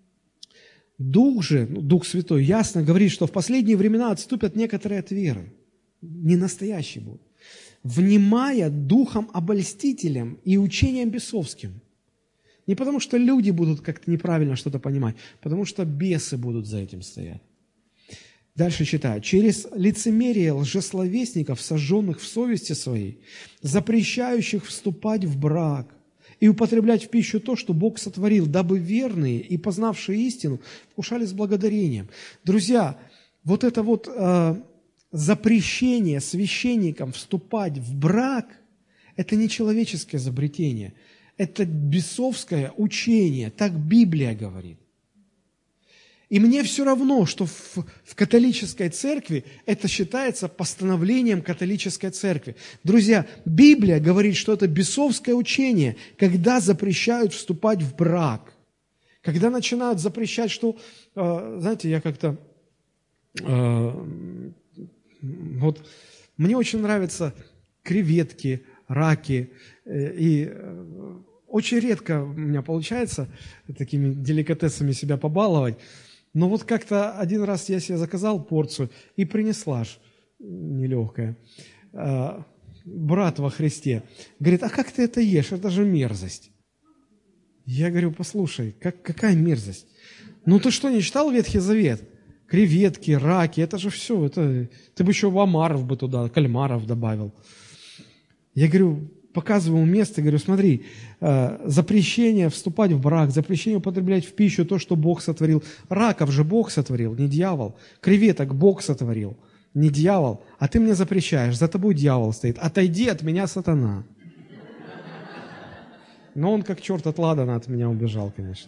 Дух же, ну, Дух Святой, ясно говорит, что в последние времена отступят некоторые от веры. Не настоящие будут. Внимая духом обольстителям и учением бесовским. Не потому, что люди будут как-то неправильно что-то понимать, потому что бесы будут за этим стоять. Дальше читаю. Через лицемерие лжесловесников, сожженных в совести своей, запрещающих вступать в брак и употреблять в пищу то, что Бог сотворил, дабы верные и познавшие истину вкушали с благодарением. Друзья, вот это вот э, запрещение священникам вступать в брак, это не человеческое изобретение, это бесовское учение, так Библия говорит. И мне все равно, что в, в католической церкви это считается постановлением католической церкви. Друзья, Библия говорит, что это бесовское учение, когда запрещают вступать в брак. Когда начинают запрещать, что, э, знаете, я как-то, э, вот, мне очень нравятся креветки, раки, э, и э, очень редко у меня получается такими деликатесами себя побаловать, но вот как-то один раз я себе заказал порцию и принесла ж нелегкая. Э, брат во Христе говорит: а как ты это ешь? Это же мерзость. Я говорю: послушай, как, какая мерзость? Ну ты что, не читал Ветхий Завет? Креветки, раки, это же все. Это, ты бы еще омаров бы туда, кальмаров добавил. Я говорю, показываю место, говорю: смотри, э, запрещение вступать в брак, запрещение употреблять в пищу то, что Бог сотворил. Раков же Бог сотворил, не дьявол. Креветок Бог сотворил, не дьявол. А ты мне запрещаешь, за тобой дьявол стоит. Отойди от меня, сатана. Но он как черт от ладана от меня убежал, конечно.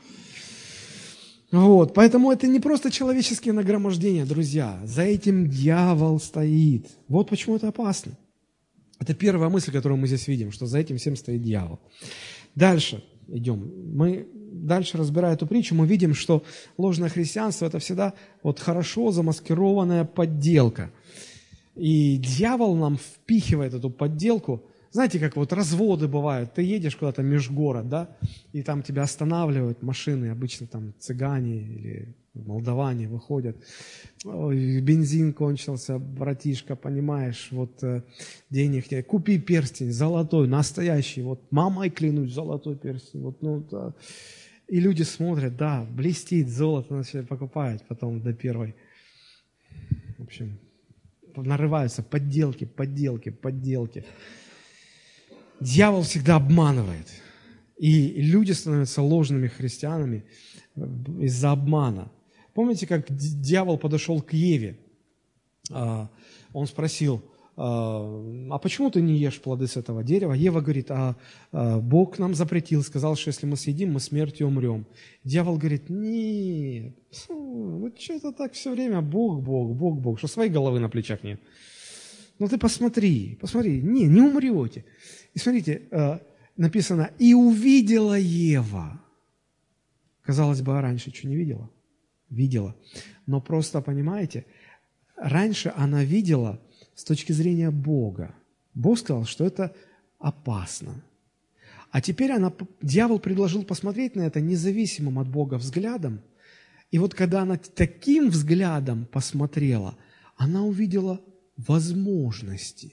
Вот, поэтому это не просто человеческие нагромождения, друзья. За этим дьявол стоит. Вот почему это опасно. Это первая мысль, которую мы здесь видим, что за этим всем стоит дьявол. Дальше идем. Мы дальше, разбирая эту притчу, мы видим, что ложное христианство – это всегда вот хорошо замаскированная подделка. И дьявол нам впихивает эту подделку. Знаете, как вот разводы бывают, ты едешь куда-то межгород, да, и там тебя останавливают машины, обычно там цыгане или молдаване выходят. Ой, бензин кончился, братишка, понимаешь, вот э, денег нет. Купи перстень золотой, настоящий, вот мамой клянусь, золотой перстень. Вот, ну, да. И люди смотрят, да, блестит, золото начали покупать, потом до первой. В общем, нарываются подделки, подделки, подделки. Дьявол всегда обманывает, и люди становятся ложными христианами из-за обмана. Помните, как дьявол подошел к Еве? Он спросил: а почему ты не ешь плоды с этого дерева? Ева говорит: а Бог нам запретил, сказал, что если мы съедим, мы смертью умрем. Дьявол говорит: нет, вот что-то так все время Бог, Бог, Бог, Бог, что своей головы на плечах нет. Ну ты посмотри, посмотри, не, не умрете. И смотрите, написано: и увидела Ева. Казалось бы, а раньше что, не видела? Видела. Но просто, понимаете, раньше она видела с точки зрения Бога. Бог сказал, что это опасно. А теперь она, дьявол предложил посмотреть на это независимым от Бога взглядом. И вот когда она таким взглядом посмотрела, она увидела возможности.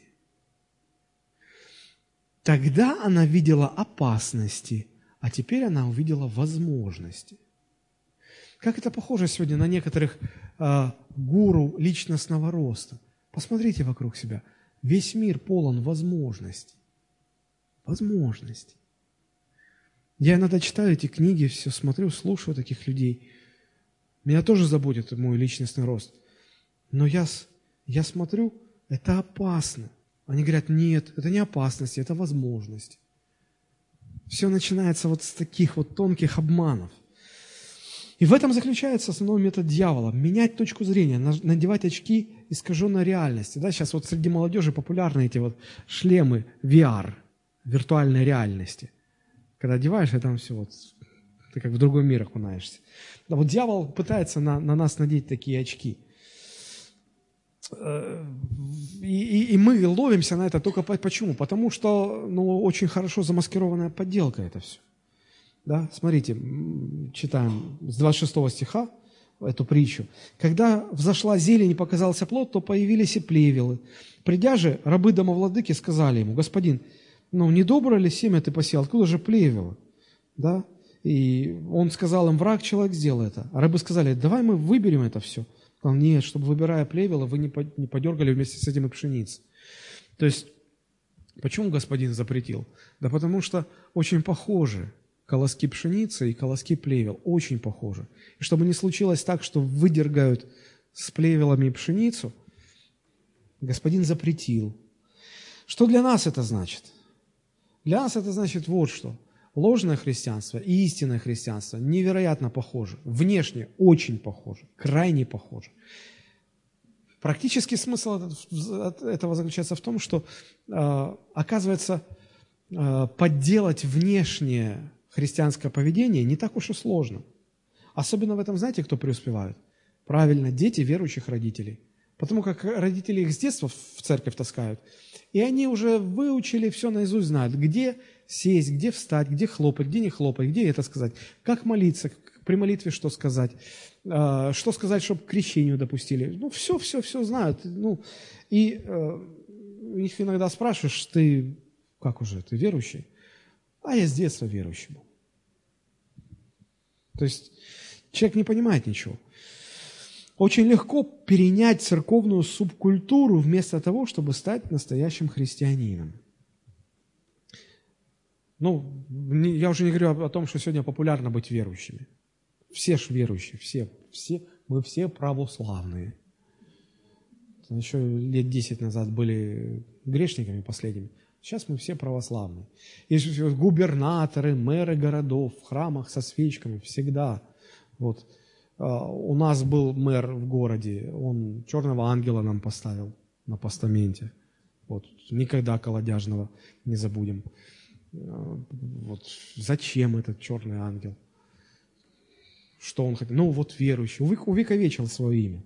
Тогда она видела опасности, а теперь она увидела возможности. Как это похоже сегодня на некоторых э, гуру личностного роста. Посмотрите вокруг себя. Весь мир полон возможностей. Возможностей. Я иногда читаю эти книги, все смотрю, слушаю таких людей. Меня тоже заботит мой личностный рост. Но я, я смотрю, это опасно. Они говорят: нет, это не опасность, это возможность. Все начинается вот с таких вот тонких обманов. И в этом заключается основной метод дьявола. Менять точку зрения, надевать очки искаженной реальности. Да, сейчас вот среди молодежи популярны эти вот шлемы ви ар, виртуальной реальности. Когда одеваешь, и там все вот, ты как в другой мир окунаешься. Да, вот дьявол пытается на, на нас надеть такие очки. И, и, и мы ловимся на это только по, почему? Потому что ну, очень хорошо замаскированная подделка это все. Да? Смотрите, читаем с двадцать шестого стиха эту притчу. «Когда взошла зелень и показался плод, то появились и плевелы. Придя же, рабы домовладыки сказали ему: господин, ну не доброе ли семя ты посеял? Откуда же плевелы?» Да? И он сказал им: враг человек сделал это. А рабы сказали: давай мы выберем это все. Он сказал: нет, чтобы, выбирая плевелы, вы не подергали вместе с этим и пшеницу. То есть, почему господин запретил? Да потому что очень похожи колоски пшеницы и колоски плевел. Очень похожи. И чтобы не случилось так, что выдергают с плевелами пшеницу, господин запретил. Что для нас это значит? Для нас это значит вот что. ложное христианство и истинное христианство невероятно похожи. Внешне очень похожи, крайне похожи. Практический смысл этого заключается в том, что, оказывается, подделать внешнее христианское поведение не так уж и сложно. Особенно в этом, знаете, кто преуспевает? Правильно, дети верующих родителей. Потому как родители их с детства в церковь таскают, и они уже выучили, все наизусть знают, где сесть, где встать, где хлопать, где не хлопать, где это сказать, как молиться, при молитве что сказать, что сказать, чтобы к крещению допустили. Ну, все, все, все знают. Ну, и их иногда спрашиваешь, ты как уже, ты верующий? А я с детства верующий был. То есть человек не понимает ничего. Очень легко перенять церковную субкультуру вместо того, чтобы стать настоящим христианином. Ну, я уже не говорю о том, что сегодня популярно быть верующими. Все ж верующие, все, все, мы все православные. Еще лет десять назад были грешниками последними. Сейчас мы все православные. Есть губернаторы, мэры городов в храмах со свечками всегда. Вот. У нас был мэр в городе, он черного ангела нам поставил на постаменте. Вот. Никогда колодяжного не забудем. Вот. Зачем этот черный ангел? Что он хотел? Ну, вот верующий. Увековечил свое имя.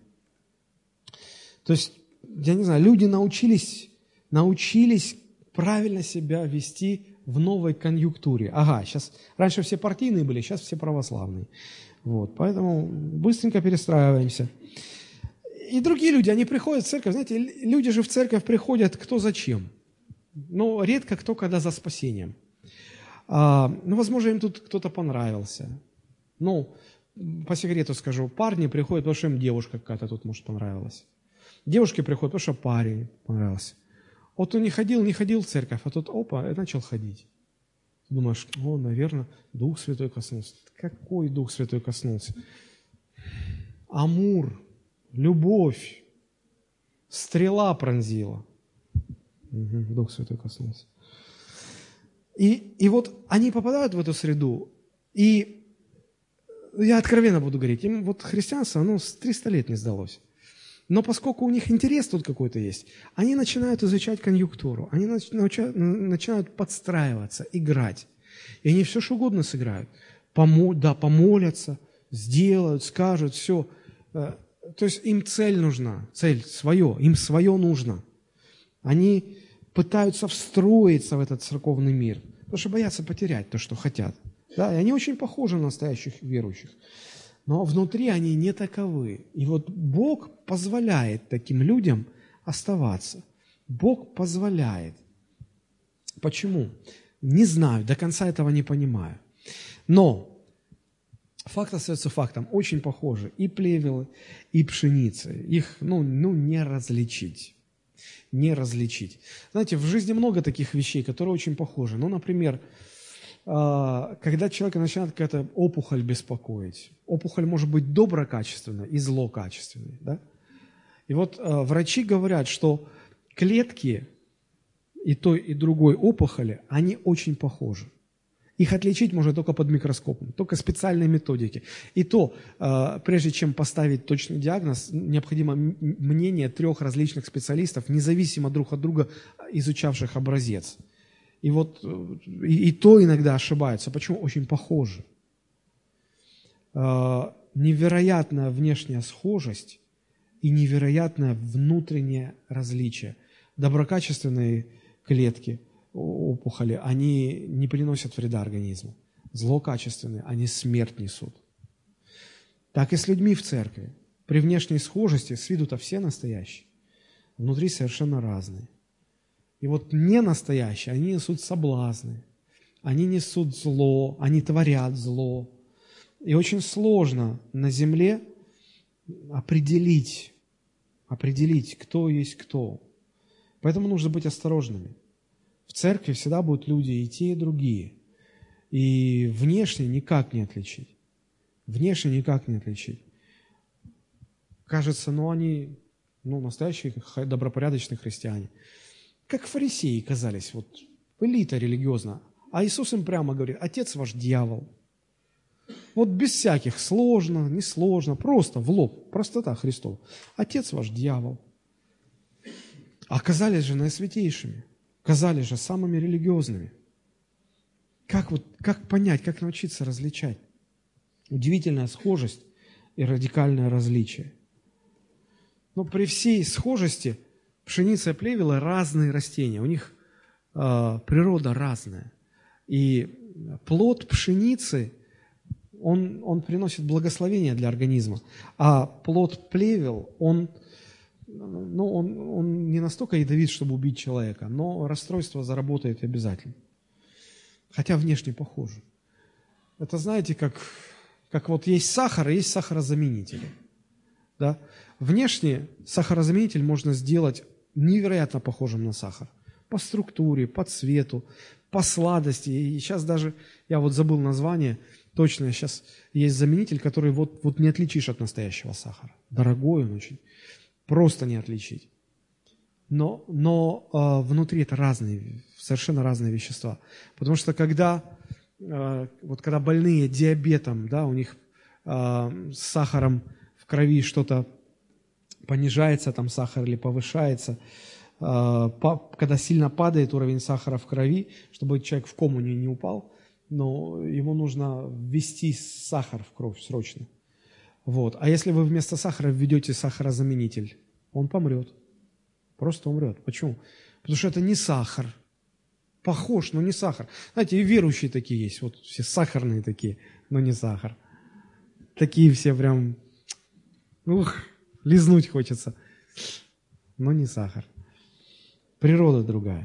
То есть, я не знаю, люди научились, научились правильно себя вести в новой конъюнктуре. Ага, сейчас, раньше все партийные были, сейчас все православные. Вот, поэтому быстренько перестраиваемся. И другие люди, они приходят в церковь, знаете, люди же в церковь приходят кто зачем. Но редко кто когда за спасением. А, ну, возможно, им тут кто-то понравился. Ну, по секрету скажу, парни приходят, потому что им девушка какая-то тут, может, понравилась. Девушки приходят, потому что парень понравился. Вот он не ходил, не ходил в церковь, а тут, опа, и начал ходить. Ты думаешь, о, наверное, Дух Святой коснулся. Какой Дух Святой коснулся? Амур, любовь, стрела пронзила. Угу, Дух Святой коснулся. И, и вот они попадают в эту среду, и я откровенно буду говорить, им вот христианство, оно с триста лет не сдалось. Но поскольку у них интерес тут какой-то есть, они начинают изучать конъюнктуру, они начинают подстраиваться, играть. И они все, что угодно сыграют. Помо- да, помолятся, сделают, скажут, все. То есть им цель нужна, цель свое, им свое нужно. Они пытаются встроиться в этот церковный мир, потому что боятся потерять то, что хотят. Да, и они очень похожи на настоящих верующих. Но внутри они не таковы. И вот Бог позволяет таким людям оставаться. Бог позволяет. Почему? Не знаю, до конца этого не понимаю. Но факт остается фактом. Очень похожи и плевелы, и пшеницы. Их ну, ну, не различить. Не различить. Знаете, в жизни много таких вещей, которые очень похожи. Ну, например, когда человека начинает какая-то опухоль беспокоить. Опухоль может быть доброкачественной и злокачественной. Да? И вот врачи говорят, что клетки и той, и другой опухоли, они очень похожи. Их отличить можно только под микроскопом, только специальные методики. И то, прежде чем поставить точный диагноз, необходимо мнение трех различных специалистов, независимо друг от друга изучавших образец. И вот и, и то иногда ошибаются. Почему? Очень похожи. Невероятная внешняя схожесть и невероятное внутреннее различие. Доброкачественные клетки, опухоли, они не приносят вреда организму. Злокачественные, они смерть несут. Так и с людьми в церкви. При внешней схожести с виду-то все настоящие, внутри совершенно разные. И вот не настоящие, они несут соблазны, они несут зло, они творят зло. И очень сложно на земле определить, определить, кто есть кто. Поэтому нужно быть осторожными. В церкви всегда будут люди и те, и другие. И внешне никак не отличить. Внешне никак не отличить. Кажется, ну они ну, настоящие добропорядочные христиане. Как фарисеи казались, вот элита религиозная. А Иисус им прямо говорит: отец ваш дьявол. Вот без всяких сложно, несложно, просто в лоб, простота Христова. Отец ваш дьявол. А оказались же наисвятейшими, оказались же самыми религиозными. Как, вот, как понять, как научиться различать? Удивительная схожесть и радикальное различие. Но при всей схожести пшеница и плевелы – разные растения, у них э, природа разная. И плод пшеницы, он, он приносит благословение для организма, а плод плевел, он, ну, он, он не настолько ядовит, чтобы убить человека, но расстройство заработает обязательно. Хотя внешне похоже. Это, знаете, как, как вот есть сахар, и есть сахарозаменители. Да? Внешне сахарозаменитель можно сделать невероятно похожим на сахар. По структуре, по цвету, по сладости. И сейчас даже, я вот забыл название, точно сейчас есть заменитель, который вот, вот не отличишь от настоящего сахара. Дорогой он очень. Просто не отличить. Но, но э, внутри это разные, совершенно разные вещества. Потому что когда, э, вот когда больные диабетом, да, у них э, с сахаром в крови что-то понижается, там сахар или повышается, э, по, когда сильно падает уровень сахара в крови, чтобы человек в кому не, не упал, но ему нужно ввести сахар в кровь срочно. Вот. А если вы вместо сахара введете сахарозаменитель, он помрет. Просто умрет. Почему? Потому что это не сахар. Похож, но не сахар. Знаете, и верующие такие есть. Вот все сахарные такие, но не сахар. Такие все прям, ух, лизнуть хочется. Но не сахар. Природа другая.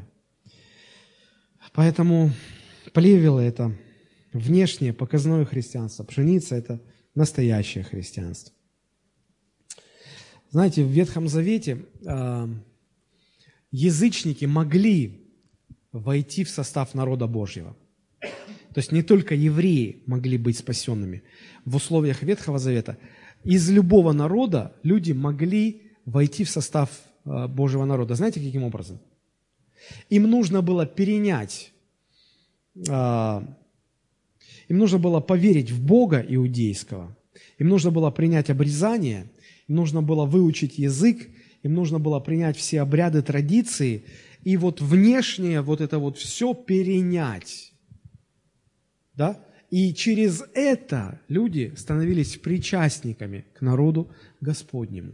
Поэтому плевелы – это внешнее показное христианство. Пшеница – это настоящее христианство. Знаете, в Ветхом Завете э, язычники могли войти в состав народа Божьего. То есть не только евреи могли быть спасенными. В условиях Ветхого Завета из любого народа люди могли войти в состав э, Божьего народа. Знаете, каким образом? Им нужно было перенять, э, им нужно было поверить в Бога иудейского, им нужно было принять обрезание, им нужно было выучить язык, им нужно было принять все обряды, традиции, и вот внешнее вот это вот все перенять. Да? И через это люди становились причастниками к народу Господнему.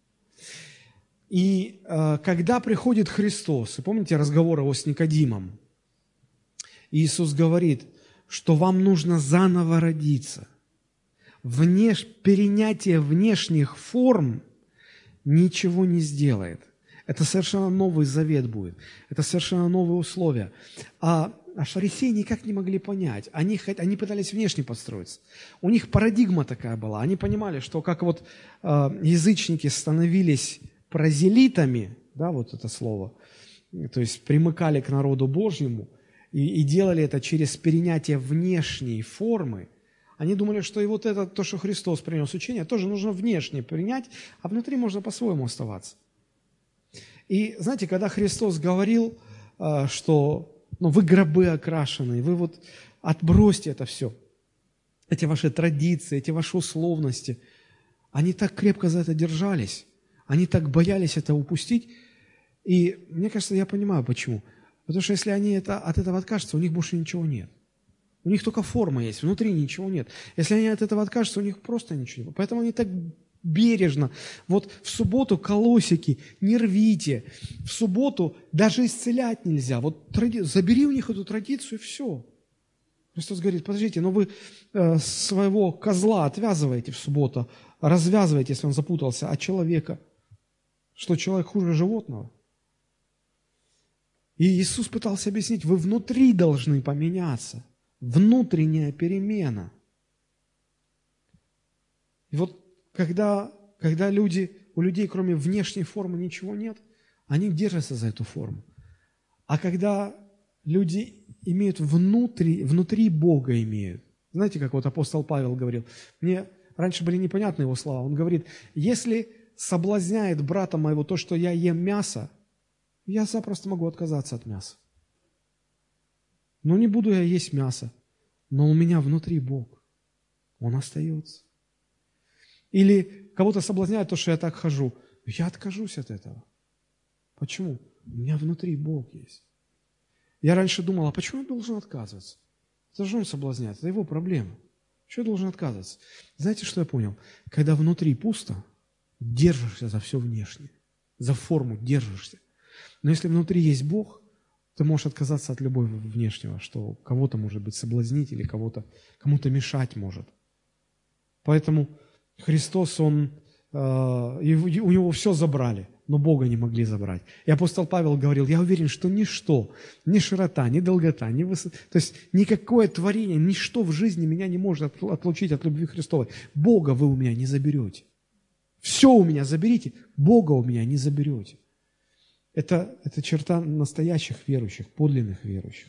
И э, когда приходит Христос, и помните разговор его с Никодимом, Иисус говорит, что вам нужно заново родиться. Внеш... Перенятие внешних форм ничего не сделает. Это совершенно новый завет будет. Это совершенно новые условия. А, а фарисеи никак не могли понять. Они, они пытались внешне подстроиться. У них парадигма такая была. Они понимали, что как вот э, язычники становились прозелитами, да, вот это слово, то есть примыкали к народу Божьему и, и делали это через перенятие внешней формы. Они думали, что и вот это, то, что Христос принес учение, тоже нужно внешне принять, а внутри можно по-своему оставаться. И знаете, когда Христос говорил, что ну, вы гробы окрашенные, вы вот отбросьте это все, эти ваши традиции, эти ваши условности, они так крепко за это держались, они так боялись это упустить. И мне кажется, я понимаю, почему. Потому что если они это, от этого откажутся, у них больше ничего нет. У них только форма есть, внутри ничего нет. Если они от этого откажутся, у них просто ничего нет. Поэтому они так бережно. Вот в субботу колосики не рвите. В субботу даже исцелять нельзя. Вот тради... забери у них эту традицию, и все. Христос говорит, подождите, но вы э, своего козла отвязываете в субботу, развязываете, если он запутался, а человека. Что, человек хуже животного? И Иисус пытался объяснить, вы внутри должны поменяться. Внутренняя перемена. И вот когда, когда люди, у людей кроме внешней формы ничего нет, они держатся за эту форму. А когда люди имеют внутри, внутри Бога имеют, знаете, как вот апостол Павел говорил, мне раньше были непонятны его слова, он говорит, если соблазняет брата моего то, что я ем мясо, я запросто могу отказаться от мяса. Ну, не буду я есть мясо, но у меня внутри Бог. Он остается. Или кого-то соблазняет то, что я так хожу. Я откажусь от этого. Почему? У меня внутри Бог есть. Я раньше думал, а почему я должен отказываться? Это же он соблазняет, это его проблема. Чего я должен отказываться? Знаете, что я понял? Когда внутри пусто, держишься за все внешнее, за форму держишься. Но если внутри есть Бог, ты можешь отказаться от любого внешнего, что кого-то, может быть, соблазнить или кого-то, кому-то мешать может. Поэтому Христос, Он, э, у Него все забрали, но Бога не могли забрать. И апостол Павел говорил, я уверен, что ничто, ни широта, ни долгота, ни высота, то есть никакое творение, ничто в жизни меня не может отлучить от любви Христовой. Бога вы у меня не заберете. Все у меня заберите, Бога у меня не заберете. Это, это черта настоящих верующих, подлинных верующих.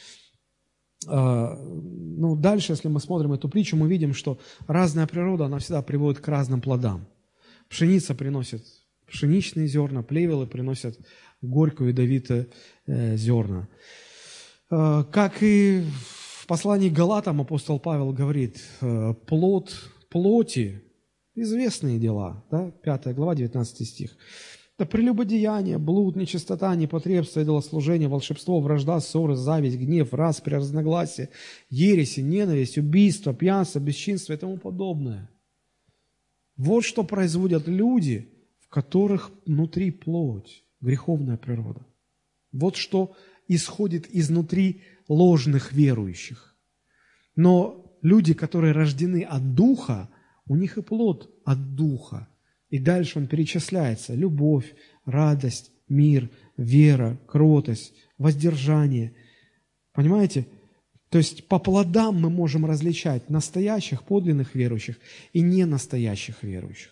Ну, дальше, если мы смотрим эту притчу, мы видим, что разная природа, она всегда приводит к разным плодам. Пшеница приносит пшеничные зерна, плевелы приносят горькую ядовитые э, зерна. Э, как и в послании к Галатам апостол Павел говорит, э, плод плоти, известные дела, да? пятая глава, девятнадцатый стих. Это прелюбодеяние, блуд, нечистота, непотребство, идолослужение, волшебство, вражда, ссоры, зависть, гнев, распри, разногласия, ереси, ненависть, убийство, пьянство, бесчинство и тому подобное. Вот что производят люди, в которых внутри плоть, греховная природа. Вот что исходит изнутри ложных верующих. Но люди, которые рождены от Духа, у них и плод от Духа. И дальше он перечисляется. Любовь, радость, мир, вера, кротость, воздержание. Понимаете? То есть по плодам мы можем различать настоящих, подлинных верующих и ненастоящих верующих.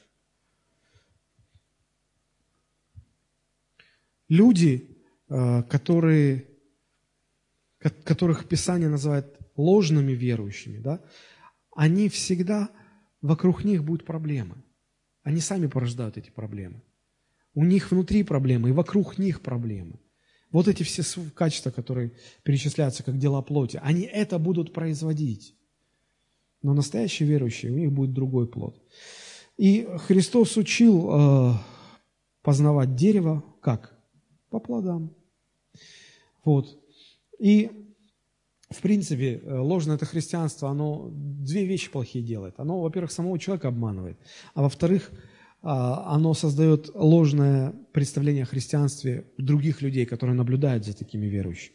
Люди, которые, которых Писание называет ложными верующими, да, они всегда, вокруг них будут проблемы. Они сами порождают эти проблемы. У них внутри проблемы, и вокруг них проблемы. Вот эти все качества, которые перечисляются как дела плоти, они это будут производить. Но настоящие верующие, у них будет другой плод. И Христос учил э, познавать дерево как? По плодам. Вот. И, в принципе, ложное это христианство, оно две вещи плохие делает. Оно, во-первых, самого человека обманывает, а во-вторых, оно создает ложное представление о христианстве у других людей, которые наблюдают за такими верующими.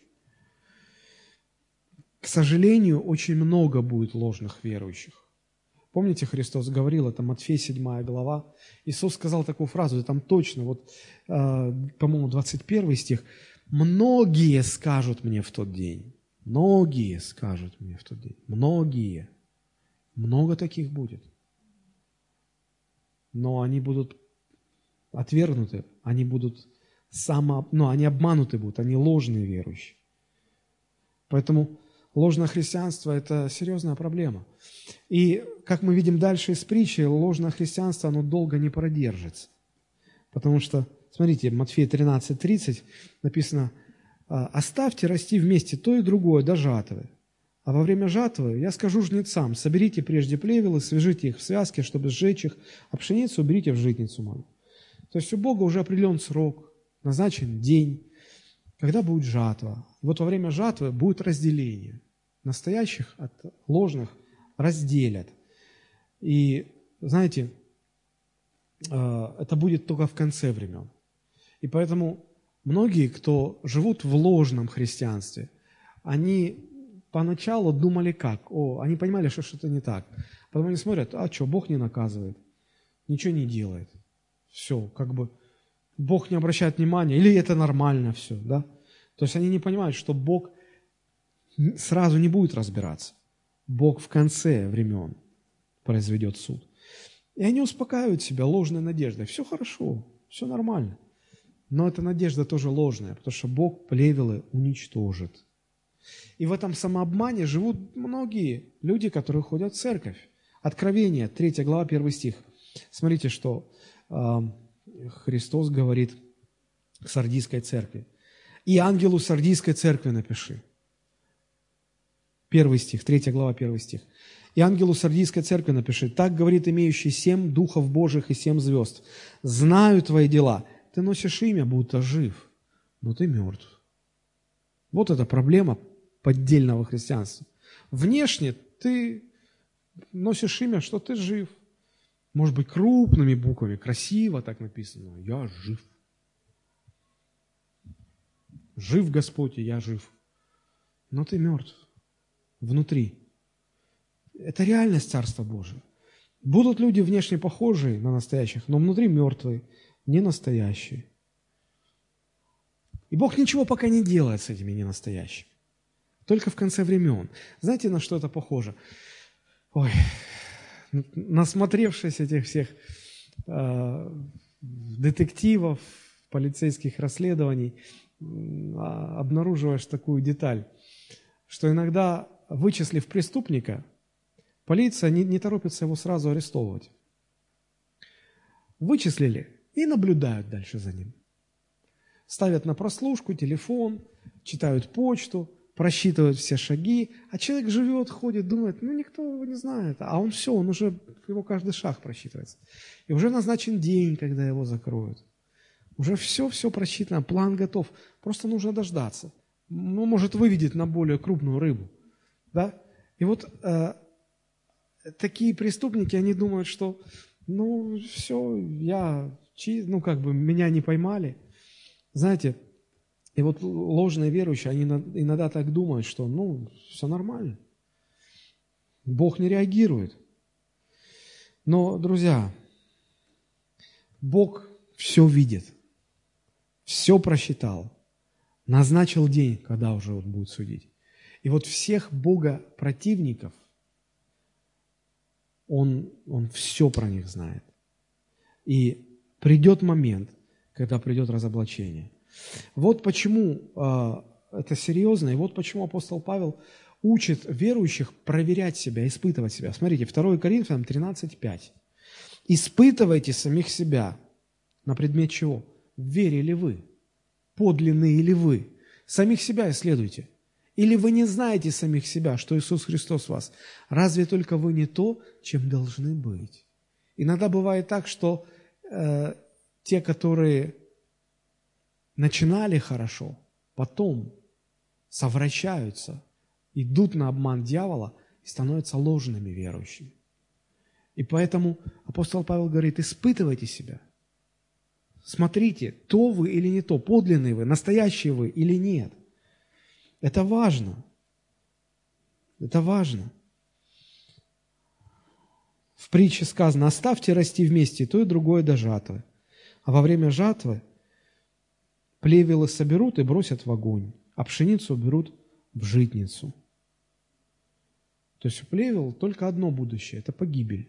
К сожалению, очень много будет ложных верующих. Помните, Христос говорил, это Матфея седьмая глава, Иисус сказал такую фразу, и там точно, вот, по-моему, двадцать первый стих, «Многие скажут мне в тот день». Многие скажут мне в тот день. Многие. Много таких будет. Но они будут отвергнуты, они будут само, ну, они обмануты будут, они ложные верующие. Поэтому ложное христианство – это серьезная проблема. И, как мы видим дальше из притчи, ложное христианство, оно долго не продержится. Потому что, смотрите, Матфея тринадцать тридцать написано, «Оставьте расти вместе то и другое до жатвы. А во время жатвы я скажу жнецам, соберите прежде плевелы, свяжите их в связке, чтобы сжечь их, а пшеницу уберите в житницу мою». То есть у Бога уже определен срок, назначен день, когда будет жатва. И вот во время жатвы будет разделение. Настоящих от ложных разделят. И, знаете, это будет только в конце времен. И поэтому многие, кто живут в ложном христианстве, они поначалу думали как? О, они понимали, что что-то не так. Потом они смотрят, а что, Бог не наказывает, ничего не делает. Все, как бы Бог не обращает внимания, или это нормально все, да? То есть они не понимают, что Бог сразу не будет разбираться. Бог в конце времен произведет суд. И они успокаивают себя ложной надеждой. Все хорошо, все нормально. Но эта надежда тоже ложная, потому что Бог плевелы уничтожит. И в этом самообмане живут многие люди, которые ходят в церковь. Откровение, третья глава, первый стих. Смотрите, что э, Христос говорит к Сардийской церкви. «И ангелу Сардийской церкви напиши». Первый стих, третья глава, первый стих. «И ангелу Сардийской церкви напиши, так говорит имеющий семь духов Божьих и семь звезд. Знаю твои дела. Ты носишь имя, будто жив, но ты мертв». Вот эта проблема поддельного христианства. Внешне ты носишь имя, что ты жив. Может быть, крупными буквами, красиво так написано. Я жив. Жив Господь, и я жив. Но ты мертв внутри. Это реальность Царства Божия. Будут люди внешне похожие на настоящих, но внутри мертвые, не настоящие. И Бог ничего пока не делает с этими ненастоящими. Только в конце времен. Знаете, на что это похоже? Ой, насмотревшись этих всех э, детективов, полицейских расследований, э, обнаруживаешь такую деталь, что иногда, вычислив преступника, полиция не, не торопится его сразу арестовывать. Вычислили и наблюдают дальше за ним. Ставят на прослушку телефон, читают почту, просчитывают все шаги, а человек живет, ходит, думает, ну никто его не знает, а он все, он уже, его каждый шаг просчитывается. И уже назначен день, когда его закроют. Уже все-все просчитано, план готов, просто нужно дождаться. Ну, может выведет на более крупную рыбу. Да? И вот э, такие преступники, они думают, что ну все, я, ну как бы меня не поймали. Знаете, и вот ложные верующие, они иногда так думают, что ну все нормально. Бог не реагирует. Но, друзья, Бог все видит, все просчитал. Назначил день, когда уже вот будет судить. И вот всех Бога противников, Он, он все про них знает. И придет момент, когда придет разоблачение. Вот почему э, это серьезно, и вот почему апостол Павел учит верующих проверять себя, испытывать себя. Смотрите, второе Коринфянам тринадцать пять. «Испытывайте самих себя». На предмет чего? В вере ли вы? Подлинные ли вы? Самих себя исследуйте. Или вы не знаете самих себя, что Иисус Христос в вас? Разве только вы не то, чем должны быть? Иногда бывает так, что э, те, которые начинали хорошо, потом совращаются, идут на обман дьявола и становятся ложными верующими. И поэтому апостол Павел говорит, испытывайте себя. Смотрите, то вы или не то, подлинные вы, настоящие вы или нет. Это важно. Это важно. В притче сказано, оставьте расти вместе то и другое до жатвы. А во время жатвы плевелы соберут и бросят в огонь, а пшеницу берут в житницу. То есть у плевел только одно будущее – это погибель.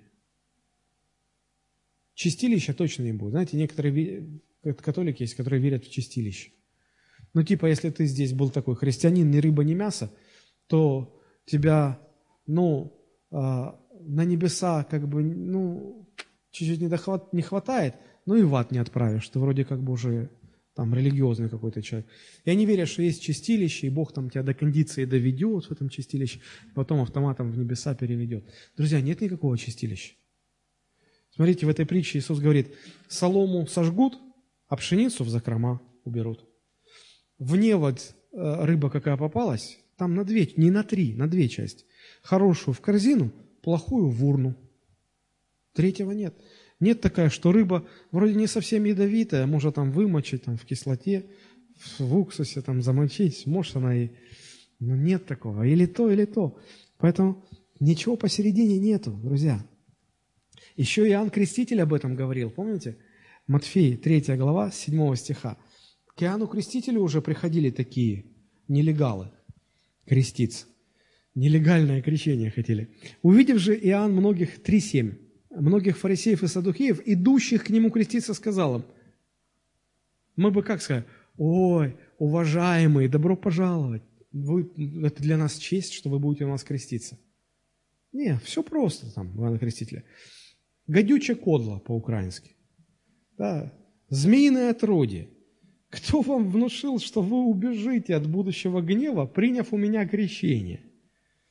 Чистилища точно не будет. Знаете, некоторые католики есть, которые верят в чистилище. Ну, типа, если ты здесь был такой христианин, ни рыба, ни мясо, то тебя, ну, на небеса как бы, ну, чуть-чуть не, дохват, не хватает, ну и в ад не отправишь. Ты вроде как бы уже там религиозный какой-то человек. И они верят, что есть чистилище, и Бог там тебя до кондиции доведет в этом чистилище, потом автоматом в небеса переведет. Друзья, нет никакого чистилища. Смотрите, в этой притче Иисус говорит, солому сожгут, а пшеницу в закрома уберут. В невод рыба какая попалась, там на две, не на три, на две части. Хорошую в корзину, плохую в урну. Третьего нет. Нет такая, что рыба вроде не совсем ядовитая, может там вымочить там, в кислоте, в уксусе там замочить, может она и... Но нет такого. Или то, или то. Поэтому ничего посередине нету, друзья. Еще Иоанн Креститель об этом говорил, помните? Матфея, третья глава, седьмого стиха. К Иоанну Крестителю уже приходили такие нелегалы креститься. Нелегальное крещение хотели. Увидев же Иоанн многих, три семь, многих фарисеев и саддукеев, идущих к нему креститься, сказал им, мы бы как сказать, ой, уважаемые, добро пожаловать, вы, это для нас честь, что вы будете у нас креститься. Не, все просто там, Иоанна Крестителя. Гадюче кодло по-украински. Да, змеиное отродье. Кто вам внушил, что вы убежите от будущего гнева, приняв у меня крещение?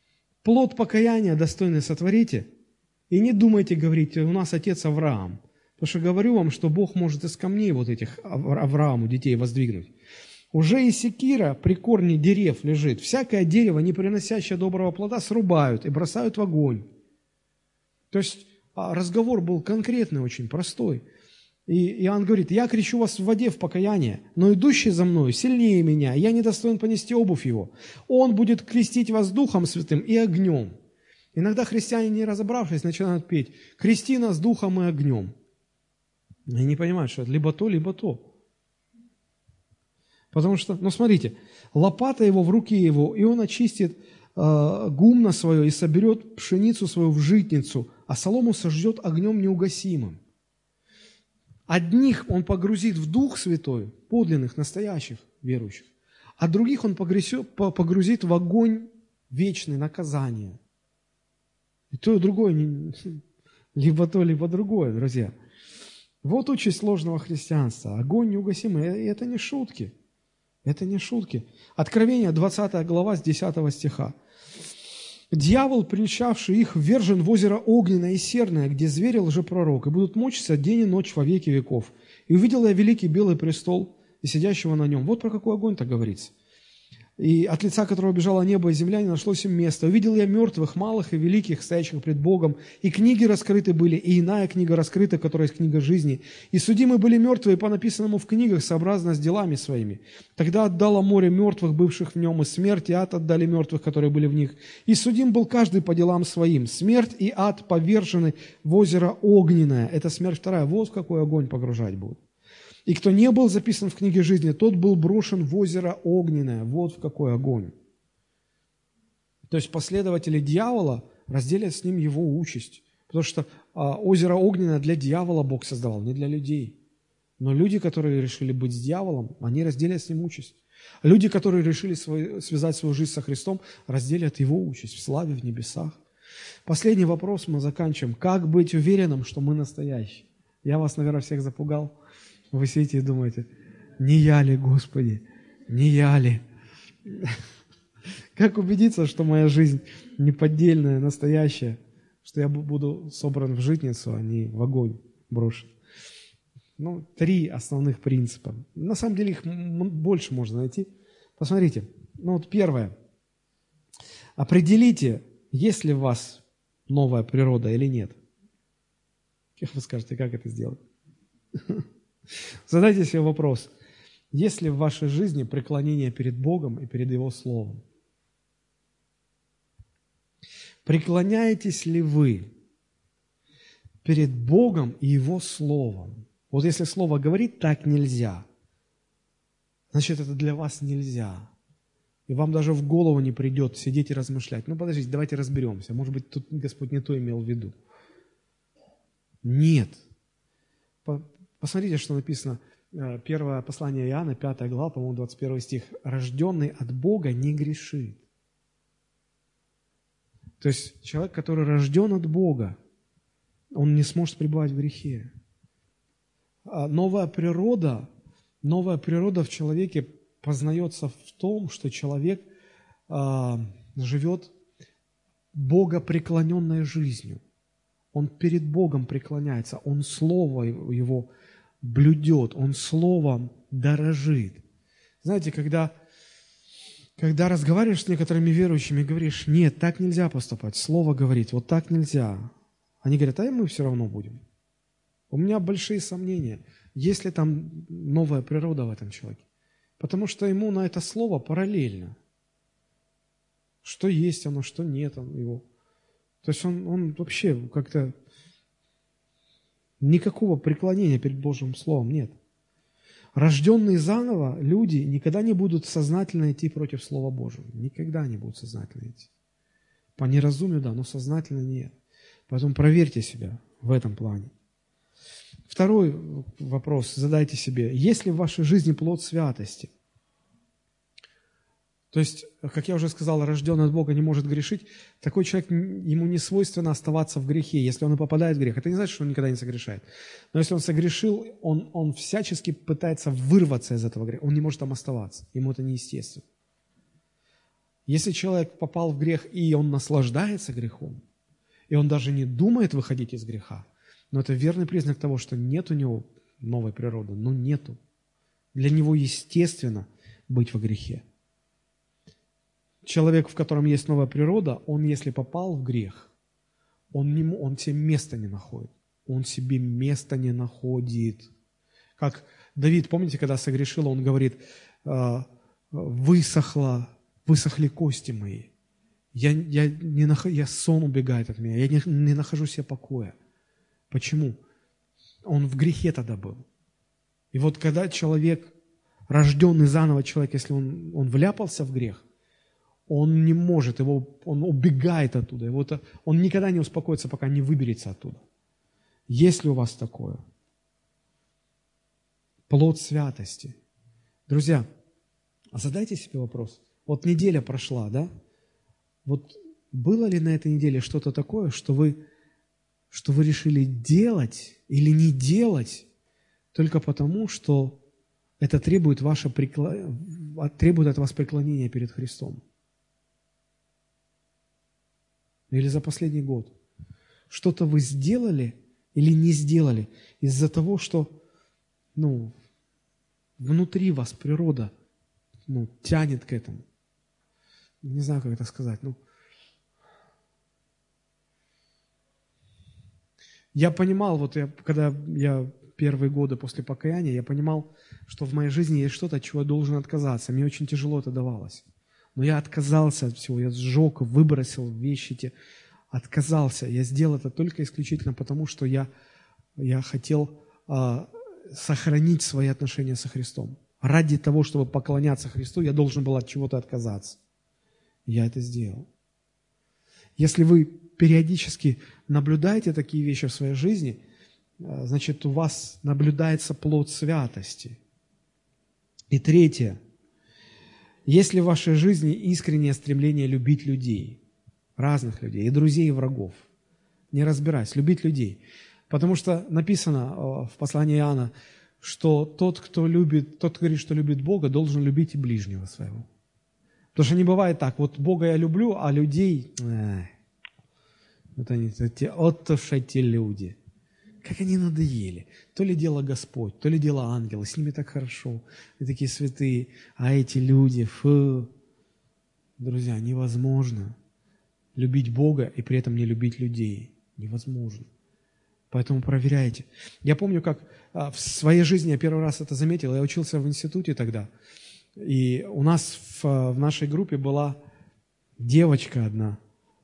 Плод покаяния достойный сотворите, и не думайте говорить, у нас отец Авраам. Потому что говорю вам, что Бог может из камней вот этих Аврааму детей воздвигнуть. Уже и секира при корне дерев лежит. Всякое дерево, не приносящее доброго плода, срубают и бросают в огонь. То есть разговор был конкретный, очень простой. И Иоанн говорит, я кричу вас в воде в покаяние, но идущий за мною сильнее меня, я недостоин понести обувь его. Он будет крестить вас Духом Святым и огнем. Иногда христиане, не разобравшись, начинают петь «Крести нас Духом и огнем». Они не понимают, что это либо то, либо то. Потому что, ну смотрите, лопата его в руке его, и он очистит э, гумно свое и соберет пшеницу свою в житницу, а солому сожжет огнем неугасимым. Одних он погрузит в Дух Святой, подлинных, настоящих верующих, а других он погрузит в огонь вечный, наказание. И то, и другое, либо то, либо другое, друзья. Вот участь ложного христианства. Огонь неугасимый, и это не шутки. Это не шутки. Откровение, двадцатая глава, с десятого стиха. «Дьявол, прельщавший их, ввержен в озеро огненное и серное, где зверь и лжепророк, и будут мучиться день и ночь во веки веков. И увидел я великий белый престол и сидящего на нем». Вот про какой огонь-то говорится. «И от лица которого бежало небо и земля, не нашлось им места. Увидел я мертвых, малых и великих, стоящих пред Богом, и книги раскрыты были, и иная книга раскрыта, которая есть книга жизни. И судимы были мертвые по написанному в книгах, сообразно с делами своими. Тогда отдало море мертвых, бывших в нем, и смерть и ад отдали мертвых, которые были в них. И судим был каждый по делам своим. Смерть и ад повержены в озеро огненное». Это смерть вторая. Вот в какой огонь погружать будут. «И кто не был записан в книге жизни, тот был брошен в озеро огненное». Вот в какой огонь. То есть последователи дьявола разделят с ним его участь. Потому что а, озеро огненное для дьявола Бог создавал, не для людей. Но люди, которые решили быть с дьяволом, они разделят с ним участь. Люди, которые решили свой, связать свою жизнь со Христом, разделят его участь в славе, в небесах. Последний вопрос мы заканчиваем. Как быть уверенным, что мы настоящие? Я вас, наверное, всех запугал. Вы сидите и думаете, не я ли, Господи, не я ли? Как убедиться, что моя жизнь неподдельная, настоящая, что я буду собран в житницу, а не в огонь брошен? Ну, три основных принципа. На самом деле их больше можно найти. Посмотрите, ну вот первое. Определите, есть ли в вас новая природа или нет. Как вы скажете, как это сделать? Задайте себе вопрос, есть ли в вашей жизни преклонение перед Богом и перед Его Словом? Преклоняетесь ли вы перед Богом и Его Словом? Вот если Слово говорит, так нельзя, значит, это для вас нельзя. И вам даже в голову не придет сидеть и размышлять. Ну, подождите, давайте разберемся. Может быть, тут Господь не то имел в виду. Нет. Посмотрите, что написано, первое послание Иоанна, пятая глава, по-моему, двадцать первый стих. «Рожденный от Бога не грешит». То есть человек, который рожден от Бога, он не сможет пребывать в грехе. А новая природа, новая природа в человеке познается в том, что человек а, живет богопреклоненной жизнью. Он перед Богом преклоняется, он Слово Его блюдет, он Словом дорожит. Знаете, когда, когда разговариваешь с некоторыми верующими, говоришь, нет, так нельзя поступать, Слово говорит, вот так нельзя. Они говорят, а мы все равно будем. У меня большие сомнения, есть ли там новая природа в этом человеке. Потому что ему на это Слово параллельно. Что есть оно, что нет оно его. То есть он, он вообще как-то никакого преклонения перед Божьим Словом нет. Рожденные заново люди никогда не будут сознательно идти против Слова Божьего. Никогда не будут сознательно идти. По неразумию, да, но сознательно нет. Поэтому проверьте себя в этом плане. Второй вопрос задайте себе. Есть ли в вашей жизни плод святости? То есть, как я уже сказал, рожденный от Бога не может грешить. Такой человек, ему не свойственно оставаться в грехе, если он и попадает в грех. Это не значит, что он никогда не согрешает. Но если он согрешил, он, он всячески пытается вырваться из этого греха. Он не может там оставаться. Ему это неестественно. Если человек попал в грех, и он наслаждается грехом, и он даже не думает выходить из греха, но это верный признак того, что нет у него новой природы. Ну, нету. Для него естественно быть во грехе. Человек, в котором есть новая природа, он, если попал в грех, он, не, он себе места не находит. Он себе места не находит. Как Давид, помните, когда согрешил, он говорит, высохло, высохли кости мои. Я, я, не нах... я сон убегает от меня, я не, не нахожу себе покоя. Почему? Он в грехе тогда был. И вот когда человек, рожденный заново человек, если он, он вляпался в грех, он не может, его, он убегает оттуда. Его, он никогда не успокоится, пока не выберется оттуда. Есть ли у вас такое? Плод святости. Друзья, задайте себе вопрос. Вот неделя прошла, да? Вот было ли на этой неделе что-то такое, что вы, что вы решили делать или не делать только потому, что это требует, ваше прекло... требует от вас преклонения перед Христом? Или за последний год? Что-то вы сделали или не сделали из-за того, что ну, внутри вас природа ну, тянет к этому? Не знаю, как это сказать. Ну, я понимал, вот я, когда я первые годы после покаяния, я понимал, что в моей жизни есть что-то, от чего я должен отказаться. Мне очень тяжело это давалось. Но я отказался от всего, я сжег, выбросил вещи те, отказался. Я сделал это только исключительно потому, что я, я хотел а, сохранить свои отношения со Христом. Ради того, чтобы поклоняться Христу, я должен был от чего-то отказаться. Я это сделал. Если вы периодически наблюдаете такие вещи в своей жизни, значит, у вас наблюдается плод святости. И третье. Есть ли в вашей жизни искреннее стремление любить людей, разных людей, и друзей, и врагов? Не разбираясь, любить людей. Потому что написано в послании Иоанна, что тот, кто любит, тот, кто говорит, что любит Бога, должен любить и ближнего своего. Потому что не бывает так, вот Бога я люблю, а людей, эх, вот они, эти, вот уж эти люди, как они надоели. То ли дело Господь, то ли дело ангелы, с ними так хорошо, и такие святые, а эти люди, фу. Друзья, невозможно любить Бога и при этом не любить людей. Невозможно. Поэтому проверяйте. Я помню, как в своей жизни я первый раз это заметил, я учился в институте тогда, и у нас в, в нашей группе была девочка одна,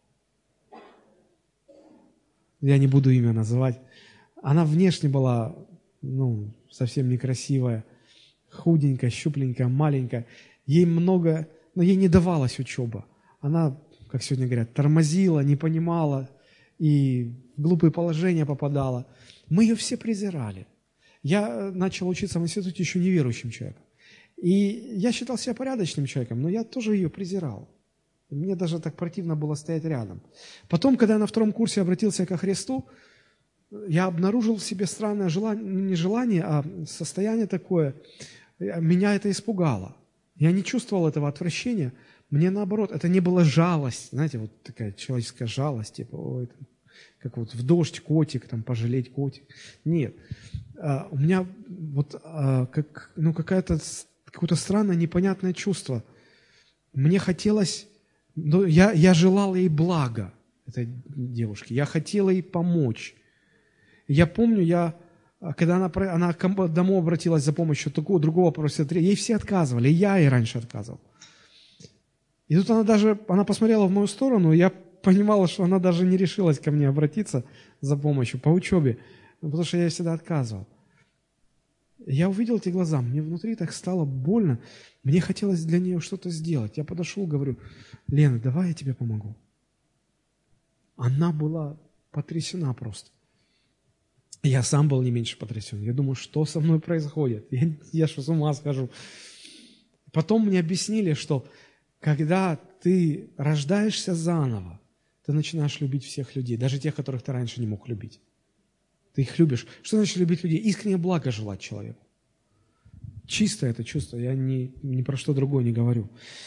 я не буду имя называть, она внешне была, ну, совсем некрасивая, худенькая, щупленькая, маленькая. Ей много, но ей не давалась учеба. Она, как сегодня говорят, тормозила, не понимала и в глупые положения попадала. Мы ее все презирали. Я начал учиться в институте еще неверующим человеком. И я считал себя порядочным человеком, но я тоже ее презирал. Мне даже так противно было стоять рядом. Потом, когда я на втором курсе обратился ко Христу, я обнаружил в себе странное желание, не желание, а состояние такое. Меня это испугало. Я не чувствовал этого отвращения. Мне наоборот, это не была жалость, знаете, вот такая человеческая жалость, типа, ой, там, как вот в дождь котик, там, пожалеть котик. Нет. А, у меня вот а, как, ну, какая-то, какое-то странное, непонятное чувство. Мне хотелось, ну, я, я желал ей блага, этой девушке, я хотел ей помочь. Я помню, я, когда она, она домой обратилась за помощью, такого, другого просила, ей все отказывали, и я ей раньше отказывал. И тут она даже, она посмотрела в мою сторону, и я понимала, что она даже не решилась ко мне обратиться за помощью по учебе, потому что я ей всегда отказывал. Я увидел эти глаза, мне внутри так стало больно, мне хотелось для нее что-то сделать. Я подошел, говорю, Лена, давай я тебе помогу. Она была потрясена просто. Я сам был не меньше потрясен. Я думаю, что со мной происходит? Я, я что, с ума схожу? Потом мне объяснили, что когда ты рождаешься заново, ты начинаешь любить всех людей, даже тех, которых ты раньше не мог любить. Ты их любишь. Что значит любить людей? Искренне благо желать человеку. Чисто это чувство, я ни, ни про что другое не говорю.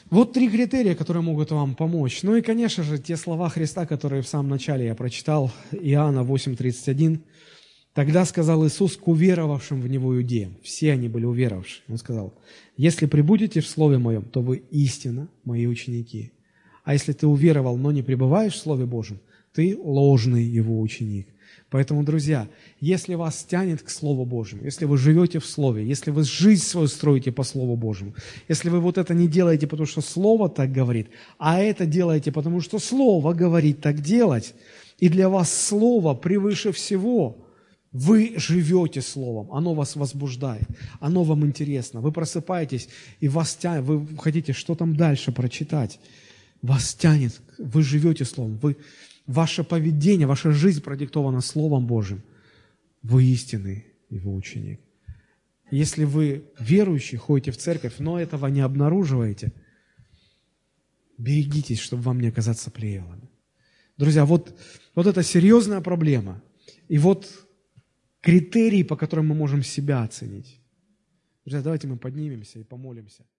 Вот три критерия, которые могут вам помочь. Ну и, конечно же, те слова Христа, которые в самом начале я прочитал, Иоанна восемь тридцать один. «Тогда сказал Иисус к уверовавшим в Него иудеям». Все они были уверовавшие. Он сказал: «Если пребудете в Слове Моем, то вы истинно Мои ученики. А если ты уверовал, но не пребываешь в Слове Божьем, ты ложный Его ученик». Поэтому, друзья, если вас тянет к Слову Божьему, если вы живете в Слове, если вы жизнь свою строите по Слову Божьему, если вы вот это не делаете, потому что Слово так говорит, а это делаете, потому что Слово говорит так делать, и для вас Слово превыше всего, вы живете Словом, оно вас возбуждает, оно вам интересно, вы просыпаетесь, и вас тянет, вы хотите, что там дальше прочитать, вас тянет, вы живете Словом, вы... Ваше поведение, ваша жизнь продиктована Словом Божьим. Вы истинный Его ученик. Если вы верующий, ходите в церковь, но этого не обнаруживаете, берегитесь, чтобы вам не оказаться плевелами. Друзья, вот, вот это серьезная проблема. И вот критерии, по которым мы можем себя оценить. Друзья, давайте мы поднимемся и помолимся.